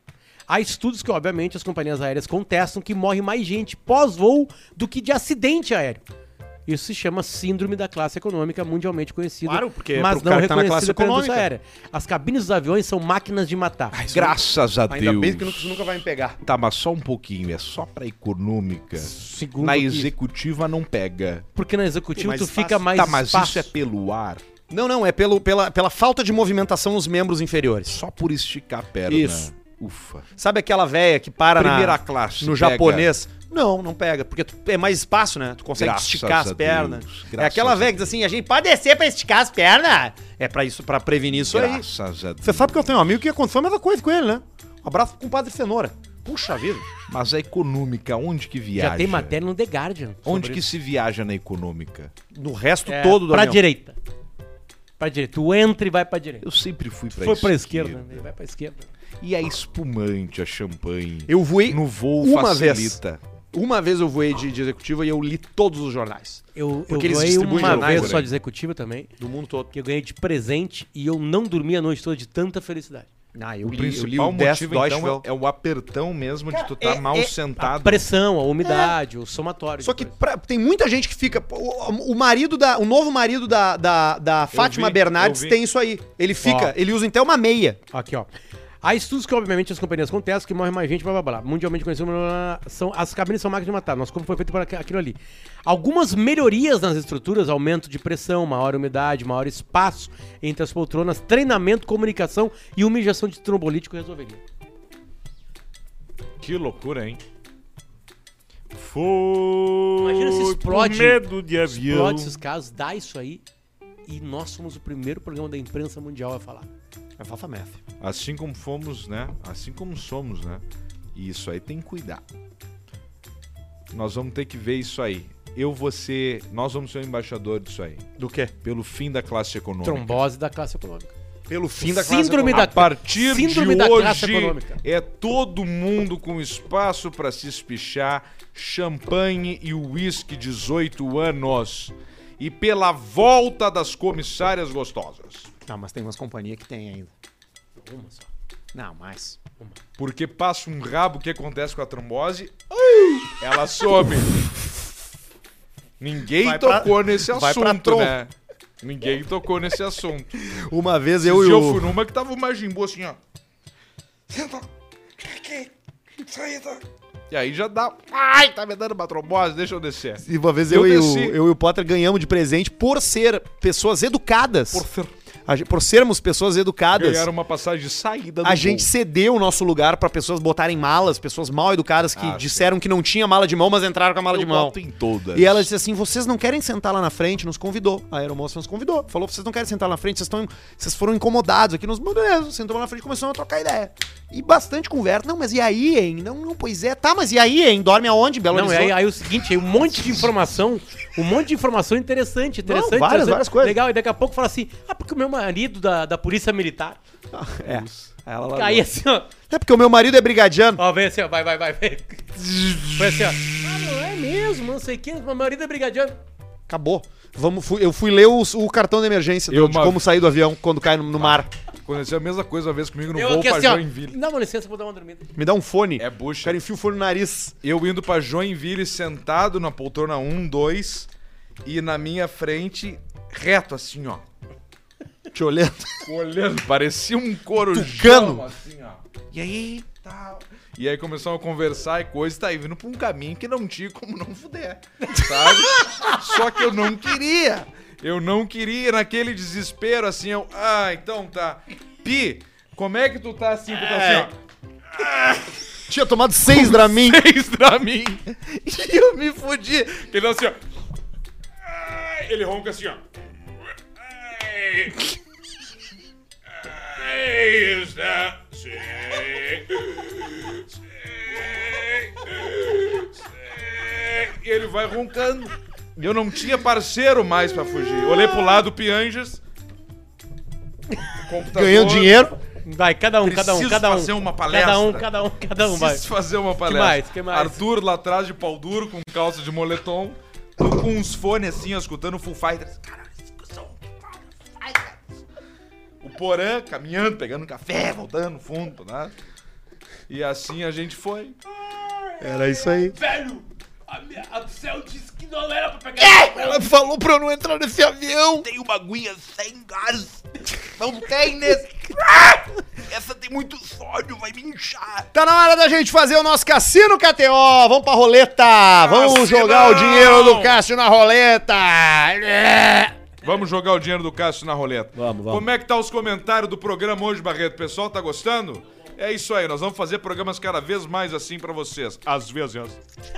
Há estudos que, obviamente, as companhias aéreas contestam que morre mais gente pós-voo do que de acidente aéreo. Isso se chama síndrome da classe econômica, mundialmente conhecida, Claro, porque mas pro não cara que tá na classe reconhecida pela indústria econômica. aérea. As cabines dos aviões são máquinas de matar. Graças a Ainda Deus. bem que nunca, nunca vai me pegar. Tá, mas só um pouquinho, é só pra econômica. Segundo Na que- executiva não pega. Porque na executiva Mais tu espaço. fica mais Tá, mas espaço. isso é pelo ar? Não, não, é pelo, pela, pela falta de movimentação nos membros inferiores. Só por esticar a perna. Isso. Ufa. Sabe aquela véia que para Primeira na, classe. no pega. japonês? Não, não pega, porque tu- é mais espaço, né? Tu consegue Graças esticar as a pernas. Deus, É graças aquela a véia que diz assim, a gente pode descer pra esticar as pernas. É pra isso, para prevenir isso aí. Graças a Deus. Você sabe que eu tenho um amigo que aconteceu a mesma coisa com ele, né? Um abraço com o Padre Cenoura. Puxa vida. Mas a econômica, onde que viaja? Já tem matéria no The Guardian. Onde sobre que isso. se viaja na econômica? No resto É, todo do pra avião. direita. Pra direita. Tu entra e vai pra direita. Eu sempre fui pra Foi pra esquerda, né? Vai pra esquerda. E a espumante, a champanhe? Eu voei No voo uma facilita. Uma vez eu voei de, de executiva e eu li todos os jornais. Eu, eu Porque eles ganhei distribuem uma jornais, vez né? só de executiva também, Do mundo todo. que eu ganhei de presente e eu não dormi a noite toda de tanta felicidade. Ah, eu O li, eu li principal o dez motivo, então, Deutschwell. é, é o apertão mesmo de tu estar é- mal é- A sentado. pressão, a umidade, o somatório. Só que depois. pra- tem muita gente que fica. O, o marido da. O novo marido da, da, da Fátima vi, Bernardes eu vi. tem isso aí. Ele fica, Ó. ele usa até uma meia. Aqui, ó. Há estudos que, obviamente, as companhias contestam que morre mais gente, blá blá blá. Mundialmente conhecido, blá, blá, blá, são, as cabines são máquinas de matar. Nosso corpo foi feito para aqu- aquilo ali. Algumas melhorias nas estruturas, aumento de pressão, maior umidade, maior espaço entre as poltronas, treinamento, comunicação e uma injeção de trombolítico resolveria. Que loucura, hein? Foi Imagina se explode, por medo de avião. explode esses casos, dá isso aí e nós somos o primeiro programa da imprensa mundial a falar. É Fafa Meth. Assim como fomos, né? Assim como somos, né? E isso aí tem que cuidar. Nós vamos ter que ver isso aí. Eu vou ser... Nós vamos ser o embaixador disso aí. Do quê? Pelo fim da classe econômica. Trombose da classe econômica. Pelo fim da classe Síndrome econômica. da A partir Síndrome de da hoje classe econômica. é todo mundo com espaço para se espichar, champanhe e uísque dezoito anos. E pela volta das comissárias gostosas. Não, mas tem umas companhias que tem ainda. Uma só. Não, mais. Porque passa um rabo, o que acontece com a trombose? Ui, ela some. Ninguém Vai pra- tocou nesse vai pra assunto, trom- né? Ninguém tocou nesse assunto. Uma vez Eu, eu e eu o... fui numa que tava o Majimbu assim, ó. Senta aqui, senta. E aí já dá. Ai, tá me dando uma trombose, deixa eu descer. E uma vez Eu eu, e o, desci. eu e o Potter ganhamos de presente por ser pessoas educadas. Por ser. A gen- por sermos pessoas educadas. Ganharam uma passagem de saída do A gente voo. cedeu o nosso lugar pra pessoas botarem malas, pessoas mal educadas que Ah, disseram que não tinha mala de mão, mas entraram com a mala Eu de mão. boto em todas. E ela disse assim: vocês não querem sentar lá na frente? Nos convidou. A aeromoça nos convidou. Falou: vocês não querem sentar lá na frente, vocês estão. Vocês foram incomodados aqui nos. Beleza, sentou lá na frente e começou a trocar ideia. E bastante conversa. Não, mas e aí, hein? Não, não, pois é. Tá, mas e aí, hein? Dorme aonde? Belo Não, aí, Horizonte? aí o seguinte, aí um monte de informação, um monte de informação interessante, interessante. Não, várias, interessante, várias coisas. Legal, e daqui a pouco fala assim, ah, porque o meu marido da, da polícia militar, É. Ela largou. aí assim, ó, É porque o meu marido é brigadiano. ó, vem assim, ó, vai, vai, vai, vem. Foi assim, ó, ah, não é mesmo, não sei o que, meu marido é brigadiano. Acabou. Vamos, fui- eu fui ler os- o cartão de emergência do- Eu de uma- como sair do avião quando cai no, no mar. Aconteceu a mesma coisa uma vez comigo no Eu voo aqui pra assim, ó, Joinville. dá uma licença, vou dar uma dormida. Me dá um fone. É O bucha. cara enfia o fone no nariz. Eu indo pra Joinville sentado na poltrona um, dois e na minha frente, reto assim, ó. Te olhando. Olhando, parecia um corujão, Tucano. assim, ó. E aí, tal. E aí começamos a conversar e coisa, e tá aí vindo pra um caminho que não tinha como não fuder, sabe? Só que eu não queria. Eu não queria, naquele desespero, assim, eu... Ah, então tá. Pi, como é que tu tá assim? Tu tá assim, ó. Tinha tomado seis Dramin. Fez pra mim. E eu me fudi. Ele dá assim, ó. Ai, ele ronca assim, ó. Ai, ai, está. Sim. Sim. Sim. e vai roncando. E eu não tinha parceiro mais pra fugir. Olhei pro lado, Pianges. Computador. Ganhando dinheiro. Vai, cada um, cada um, Preciso cada um. fazer uma palestra. Cada um, cada um, cada um, vai. Preciso fazer uma palestra. Que mais? Que mais? Arthur lá atrás de pau duro, com calça de moletom. Tu com uns fones assim, ó, escutando Full Fighters. Caralho, discussão. O Porã caminhando, pegando café, voltando no fundo, né? E assim a gente foi. Era isso aí. Velho, a, minha, a Céu disse que não era pra pegar. Ela falou pra eu não entrar nesse avião. Tem uma aguinha sem gás. Não tem nesse. Essa tem muito sódio, vai me inchar. Tá na hora da gente fazer o nosso Cassino K T O. Vamos pra roleta. Vamos Cassinão. jogar o dinheiro do Cássio na roleta. É. Vamos jogar o dinheiro do Cássio na roleta. Vamos, vamos. Como é que tá os comentários do programa hoje, Barreto? O pessoal tá gostando? É isso aí, nós vamos fazer programas cada vez mais assim pra vocês. Às vezes.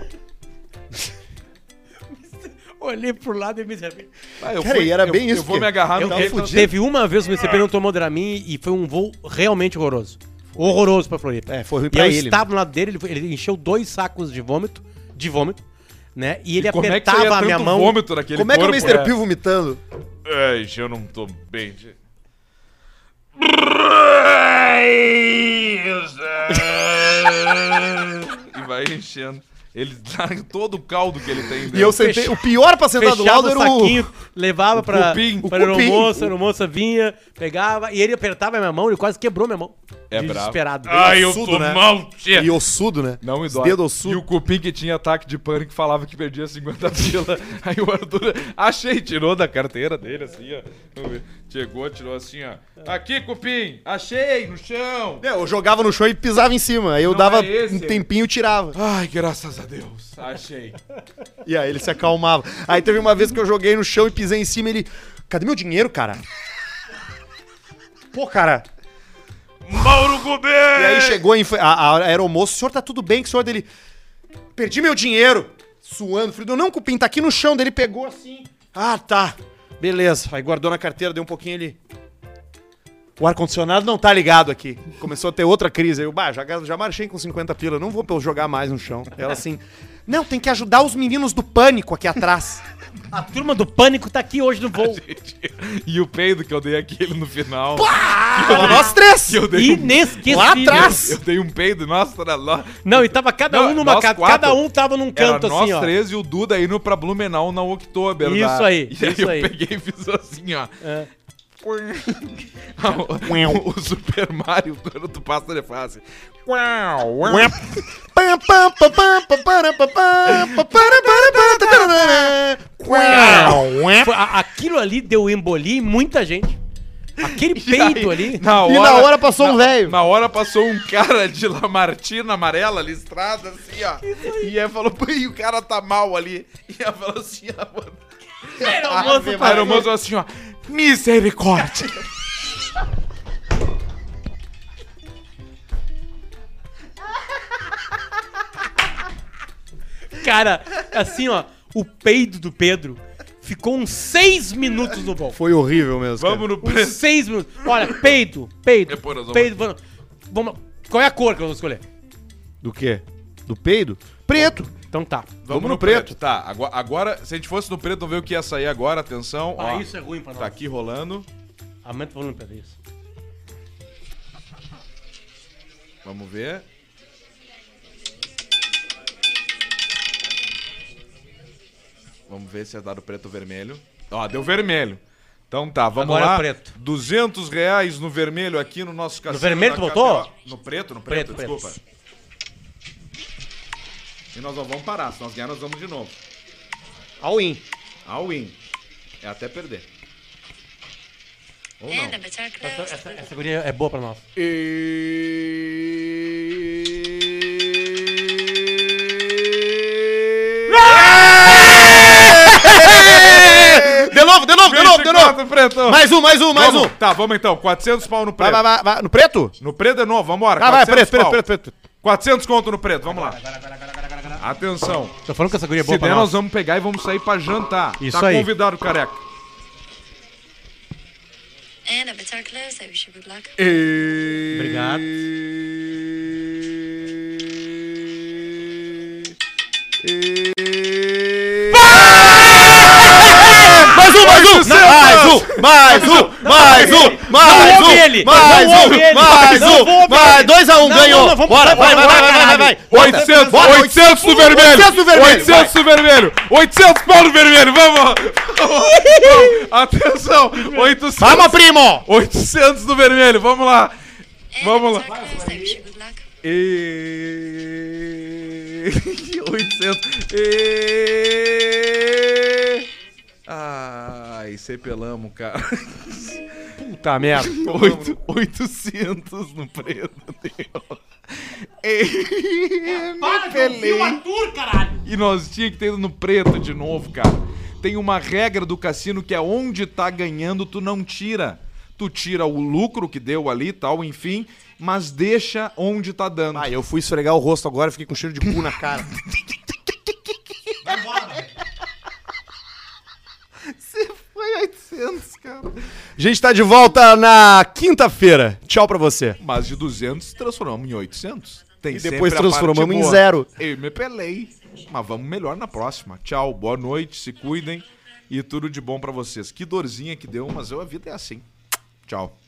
Olhei pro lado e me recebi. Ah, eu Cara, e era bem isso, Eu vou porque me agarrar Eu, no eu- peito. fudido. teve uma vez que o M C P não tomou Dramin e foi um voo realmente horroroso. Horroroso pra Floripa. É, foi ruim E pra eu ele. estava do lado dele, ele, foi- ele encheu dois sacos de vômito, de vômito, né? E ele Como é que apertava saía a minha tanto mão. vômito naquele Como é que é o corpo? mister P vomitando? Ai, eu não tô bem. E vai enchendo. Ele dá todo o caldo que ele tem dentro. E eu sentei. O pior pra sentar do Fechava lado o era o. saquinho, levava pra, cupim. pra O cupim. aeromoça, a aeromoça vinha, pegava, e ele apertava a minha mão, ele quase quebrou minha mão. É bravo. Desesperado. Ai, eu ossudo, tô né? mal, tia. E ossudo, né? Não me Os dói. dedos E ossudos. o cupim que tinha ataque de pânico falava que perdia cinquenta pila. Aí o Arthur, achei, tirou da carteira dele assim, ó. Vamos ver. Chegou, tirou assim, ó. Aqui, cupim, achei, no chão. É, eu jogava no chão e pisava em cima. Aí eu Não dava é esse. um tempinho e tirava. Ai, graças a Deus. Achei. E aí ele se acalmava. Aí teve uma vez que eu joguei no chão e pisei em cima e ele. Cadê meu dinheiro, cara? Pô, cara. Mauro Gouveia! E aí chegou a, inf- a, a aeromoça, o senhor tá tudo bem, que o senhor dele. Perdi meu dinheiro. Suando, frio. Não, cupim, tá aqui no chão. Dele pegou assim. Ah, tá. Beleza. Aí guardou na carteira, deu um pouquinho ele. O ar-condicionado não tá ligado aqui. Começou a ter outra crise. Aí eu, bah, já, já marchei com cinquenta pila, não vou pra eu jogar mais no chão. Ela assim, não, tem que ajudar os meninos do pânico aqui atrás. A turma do pânico tá aqui hoje no voo. E o peido que eu dei aquele no final. Tava nós três. Que eu dei um, Inesquecível. Lá atrás. eu dei um peido, nossa, era lá. Não, e tava cada Não, um numa nós casa, quatro. cada um tava num Era canto nós assim, ó. três e o Duda indo pra Blumenau na Oktober. Isso da- aí, E aí isso eu aí. peguei e fiz assim, ó. É. o, o Super Mario, quando tu passa ele faz assim. Pam, pam, pam, pam, pam, para, pam, pam, pam, para, para, para, tararara. Foi- a- aquilo ali deu embolia em muita gente. Aquele E peido aí, ali. Na hora, E na hora passou um na- velho. Na hora passou um cara de Lamartina amarela, listrada, assim, ó. E aí falou, pô, e o cara tá mal ali. E ela falou assim, ó, mano. Era o A moço a aeromoça falou assim, ó. Misericórdia. Cara, assim, ó, o peido do Pedro ficou uns seis minutos no voo. Foi horrível mesmo. cara. Vamos no Uns preço. seis minutos. Olha, peido, peido, Depois nós vamos- peido. Vamos, vamos, qual é a cor que eu vou escolher? Do quê? Do peido? Preto. Então tá. Vamos no preto. Tá, agora, agora, se a gente fosse no preto, vamos ver o que ia sair agora. Atenção, Ah, ó. isso é ruim pra nós. Tá aqui rolando. Aumenta o volume pra isso. Vamos ver. Vamos ver se é dado preto ou vermelho. Ó, deu vermelho. Então tá, vamos Agora é lá. o preto. duzentos reais no vermelho aqui no nosso cassino. vermelho da tu botou? K T O. No preto, no preto, Preto, desculpa. E nós não vamos parar. Se nós ganhar, nós vamos de novo. All in. All in. É até perder. Ou não. And the bitter Essa, close. essa, essa guria é boa pra nós. De novo, de novo, de novo, de novo. vinte e quatro, preto. Mais um, mais um, mais Vamos. um. Tá, vamos então. quatrocentos pau no Vai, preto. vai, vai, vai. No preto? No preto de novo, vambora. Ah, vai, quatrocentos preto, preto, pau. preto, preto. quatrocentos conto no preto, vamos lá. Atenção. Tô falando que essa guria é Se boa pra der, nós. nós vamos pegar e vamos sair pra jantar. Isso tá aí. convidado, careca. And the bitter close. I wish you good luck. Obrigado. E... um, mais um, mais um, mais ouve um, ele, mais não um, ouve ele, mais não um, ouve mais ele. dois a um, Não, ganhou. não, não, vamos- Bora, vai, vai, vai, vai, vai, vai. oitocentos, Bora, oitocentos do vermelho! oitocentos do vermelho, oitocentos do vermelho! oitocentos pau no vermelho! Vamos! Vamos! Atenção! oitocentos, Vamos, primo! oitocentos do vermelho! Vamos lá! And Vamos if it's lá! our clothes, I wish you good luck. E... oitocentos. E... Ai, cepelamos, cara. Puta merda. Oito, oitocentos no preto. E... Para de ouvir o Arthur, caralho! E nós tinha que ter ido no preto de novo, cara. Tem uma regra do cassino que é onde tá ganhando, tu não tira. Tu tira o lucro que deu ali e tal, enfim, mas deixa onde tá dando. Ah, eu fui esfregar o rosto agora e fiquei com cheiro de cu na cara. Vai embora, velho. Você foi oitocentos, cara. A gente tá de volta na quinta-feira. Tchau pra você. Mas de duzentos transformamos em oitocentos. Tem E depois sempre a transformamos parte em boa. zero. Eu me pelei. Mas vamos melhor na próxima. Tchau, boa noite, se cuidem e tudo de bom pra vocês. Que dorzinha que deu, mas eu, a vida é assim. Tchau.